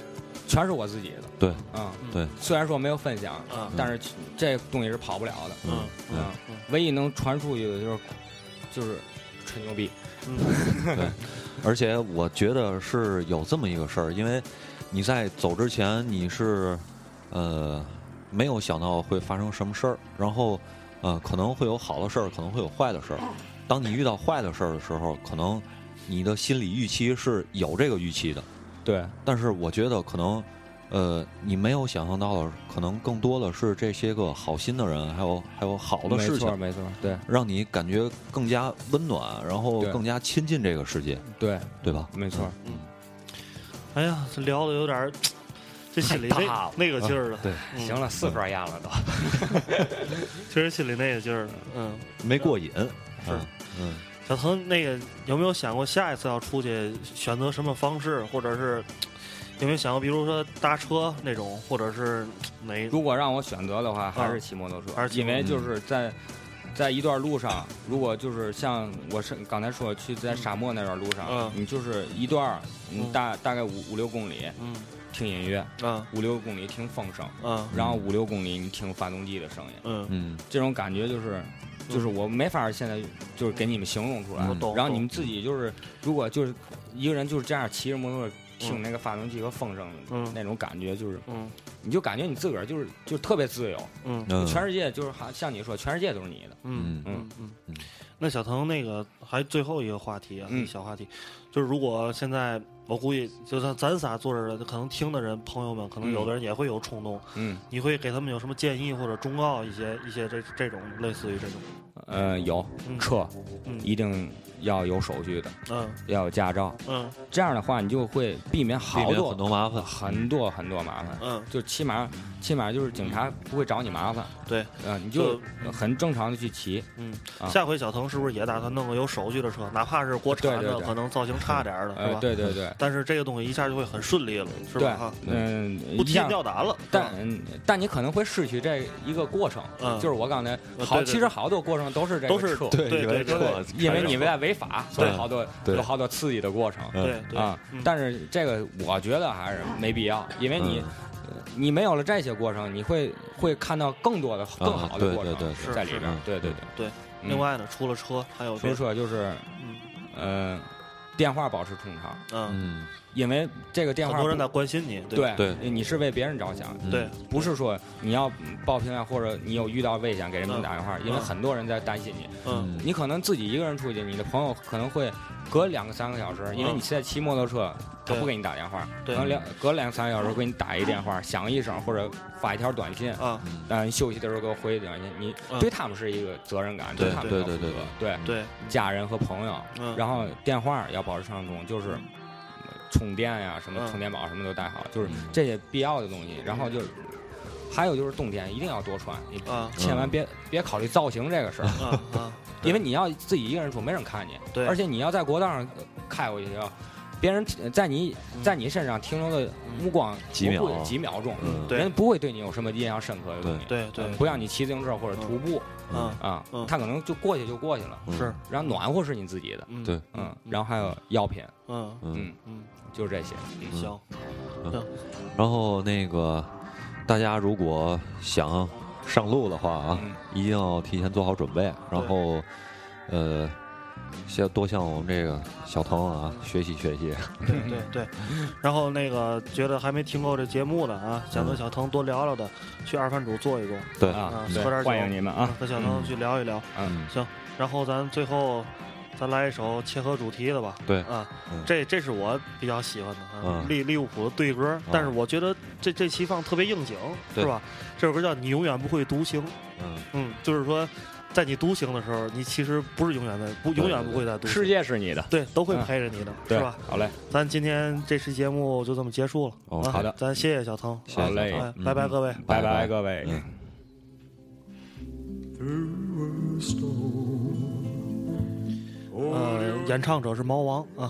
全是我自己的。 对， 嗯， 对。 虽然说没有分享， 嗯， 但是这东西是跑不了的。 嗯嗯，唯一能传出去的就是就是吹牛逼。 嗯，对。而且我觉得是有这么一个事儿，因为你在走之前你是呃没有想到会发生什么事儿，然后呃可能会有好的事儿，可能会有坏的事儿。当你遇到坏的事儿的时候，可能你的心理预期是有这个预期的。 对， 但是我觉得可能呃你没有想象到的，可能更多的是这些个好心的人，还有还有好的事情， 没错没错，对， 让你感觉更加温暖，然后更加亲近这个世界， 对对吧？ 没错。 嗯，哎呀，这聊的有点，这心里那那个劲儿了。 对， 行了，四分烟了都， 确实心里那个劲儿了。嗯， 没过瘾。 是， 嗯。 小腾，那个有没有想过下一次要出去选择什么方式，或者是有没有想过，比如说搭车那种，或者是哪？ 如果让我选择的话，还是骑摩托车， 还是因为就是在在一段路上，如果就是像我是刚才说去在沙漠那段路上， 嗯， 你就是一段，你大大概五五六公里， 嗯， 听音乐， 嗯， 五六公里听风声， 嗯， 然后五六公里你听发动机的声音， 嗯嗯， 这种感觉就是。就是我没法现在就是给你们形容出来， 嗯、 然后你们自己就是如果就是一个人就是这样骑着摩托车听那个发动机和风声， 嗯， 那种感觉就是， 嗯， 你就感觉你自个儿就是就特别自由， 嗯， 全世界就是像你说，全世界都是你的， 嗯嗯嗯嗯。那小腾那个还最后一个话题啊， 嗯、 小话题，就是如果现在我估计就像咱仨坐着的，可能听的人朋友们，可能有的人也会有冲动， 嗯， 你会给他们有什么建议或者忠告一些一些这这种类似于这种？ 呃，有车， 嗯， 一定要有手续的， 嗯， 要有驾照， 嗯， 这样的话你就会避免好多很多麻烦， 很多很多麻烦， 嗯， 就起码起码就是警察不会找你麻烦， 对， 嗯，你就很正常的去骑， 嗯，下回小腾是不是也打算弄个有手续的车，哪怕是国产的，可能造型差点的，是吧？ 对对对， 但是这个东西一下就会很顺利了，是吧？哈， 嗯， 不提心吊胆了， 但但你可能会失去这一个过程，就是我刚才好，其实好多过程都是这都是车， 对对对， 因为你在违法，所以好多有好多刺激的过程， 对啊，但是这个我觉得还是没必要，因为你你没有了这些过程，你会会看到更多的更好的过程在里边，对对对对。另外呢，除了车还有除了车就是，嗯，电话保持通畅， 嗯， 因为这个电话很多人在关心你， 对对， 你是为别人着想， 对， 不是说你要报平安或者你有遇到危险给人们打电话，因为很多人在担心你， 嗯， 你可能自己一个人出去，你的朋友可能会隔两个三个小时，因为你现在骑摩托车，他不给你打电话，可能两隔两三个小时给你打一个电话，响一声或者发一条短信， 啊， 嗯，休息的时候给我回短信，你对他们是一个责任感， 对他们对对对对对， 家人和朋友，然后电话要保持畅通，就是。充电呀，什么充电宝什么都带好，就是这些必要的东西。然后就是，还有就是冬天一定要多穿，你千万别别考虑造型这个事儿，因为你要自己一个人出，没人看见。 对， 而且你要在国道上开过去，别人在你在你身上停留的目光几秒几秒钟， 对， 人不会对你有什么印象深刻的东西。 对对， 不像你骑自行车或者徒步， 嗯啊，他可能就过去就过去了。 是， 然后暖和是你自己的。 对， 嗯，然后还有药品， 嗯嗯嗯。就是这些， 行， 嗯，然后那个大家如果想上路的话啊， 嗯、 一定要提前做好准备，然后呃，先多向我们这个小腾啊学习学习。 对对对，然后那个觉得还没听够这节目的啊，想跟小腾多聊聊的，去二饭主坐一坐， 对啊， 喝点酒， 欢迎你们啊， 和小腾去聊一聊。 嗯， 行，然后咱最后。咱来一首切合主题的吧。 对啊， 嗯、 这这是我比较喜欢的啊， 嗯、 利利物浦的对歌，嗯、但是我觉得这这期放特别应景，是吧？这首歌叫《你永远不会独行》。 嗯嗯，就是说，在你独行的时候，你其实不是永远在不永远不会在独行， 世界是你的， 对，都会陪着你的， 嗯、 是吧？ 好嘞， 咱今天这期节目就这么结束了。 哦， 啊、 好的， 咱谢谢小腾， 好嘞， 哎拜拜各位， 拜拜各位。 呃，演唱者是毛王啊。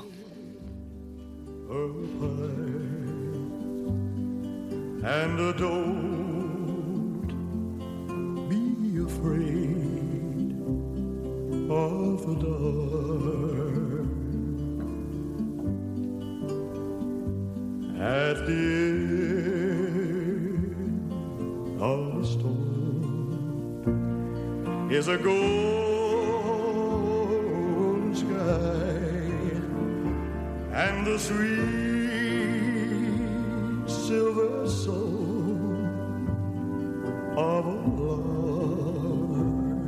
And don't be afraid of the dark. At the end is a golden sky and the sweet silver soul of a lover.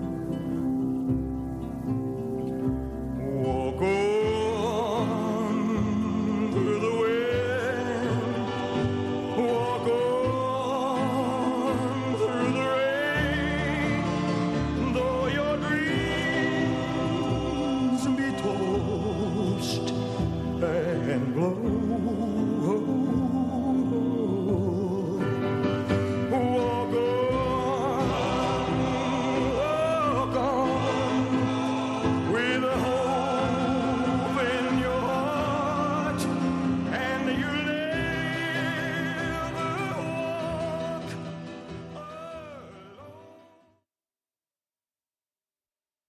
Walk on through the wind, walk on through the rain, though your dreams be tossed and blown.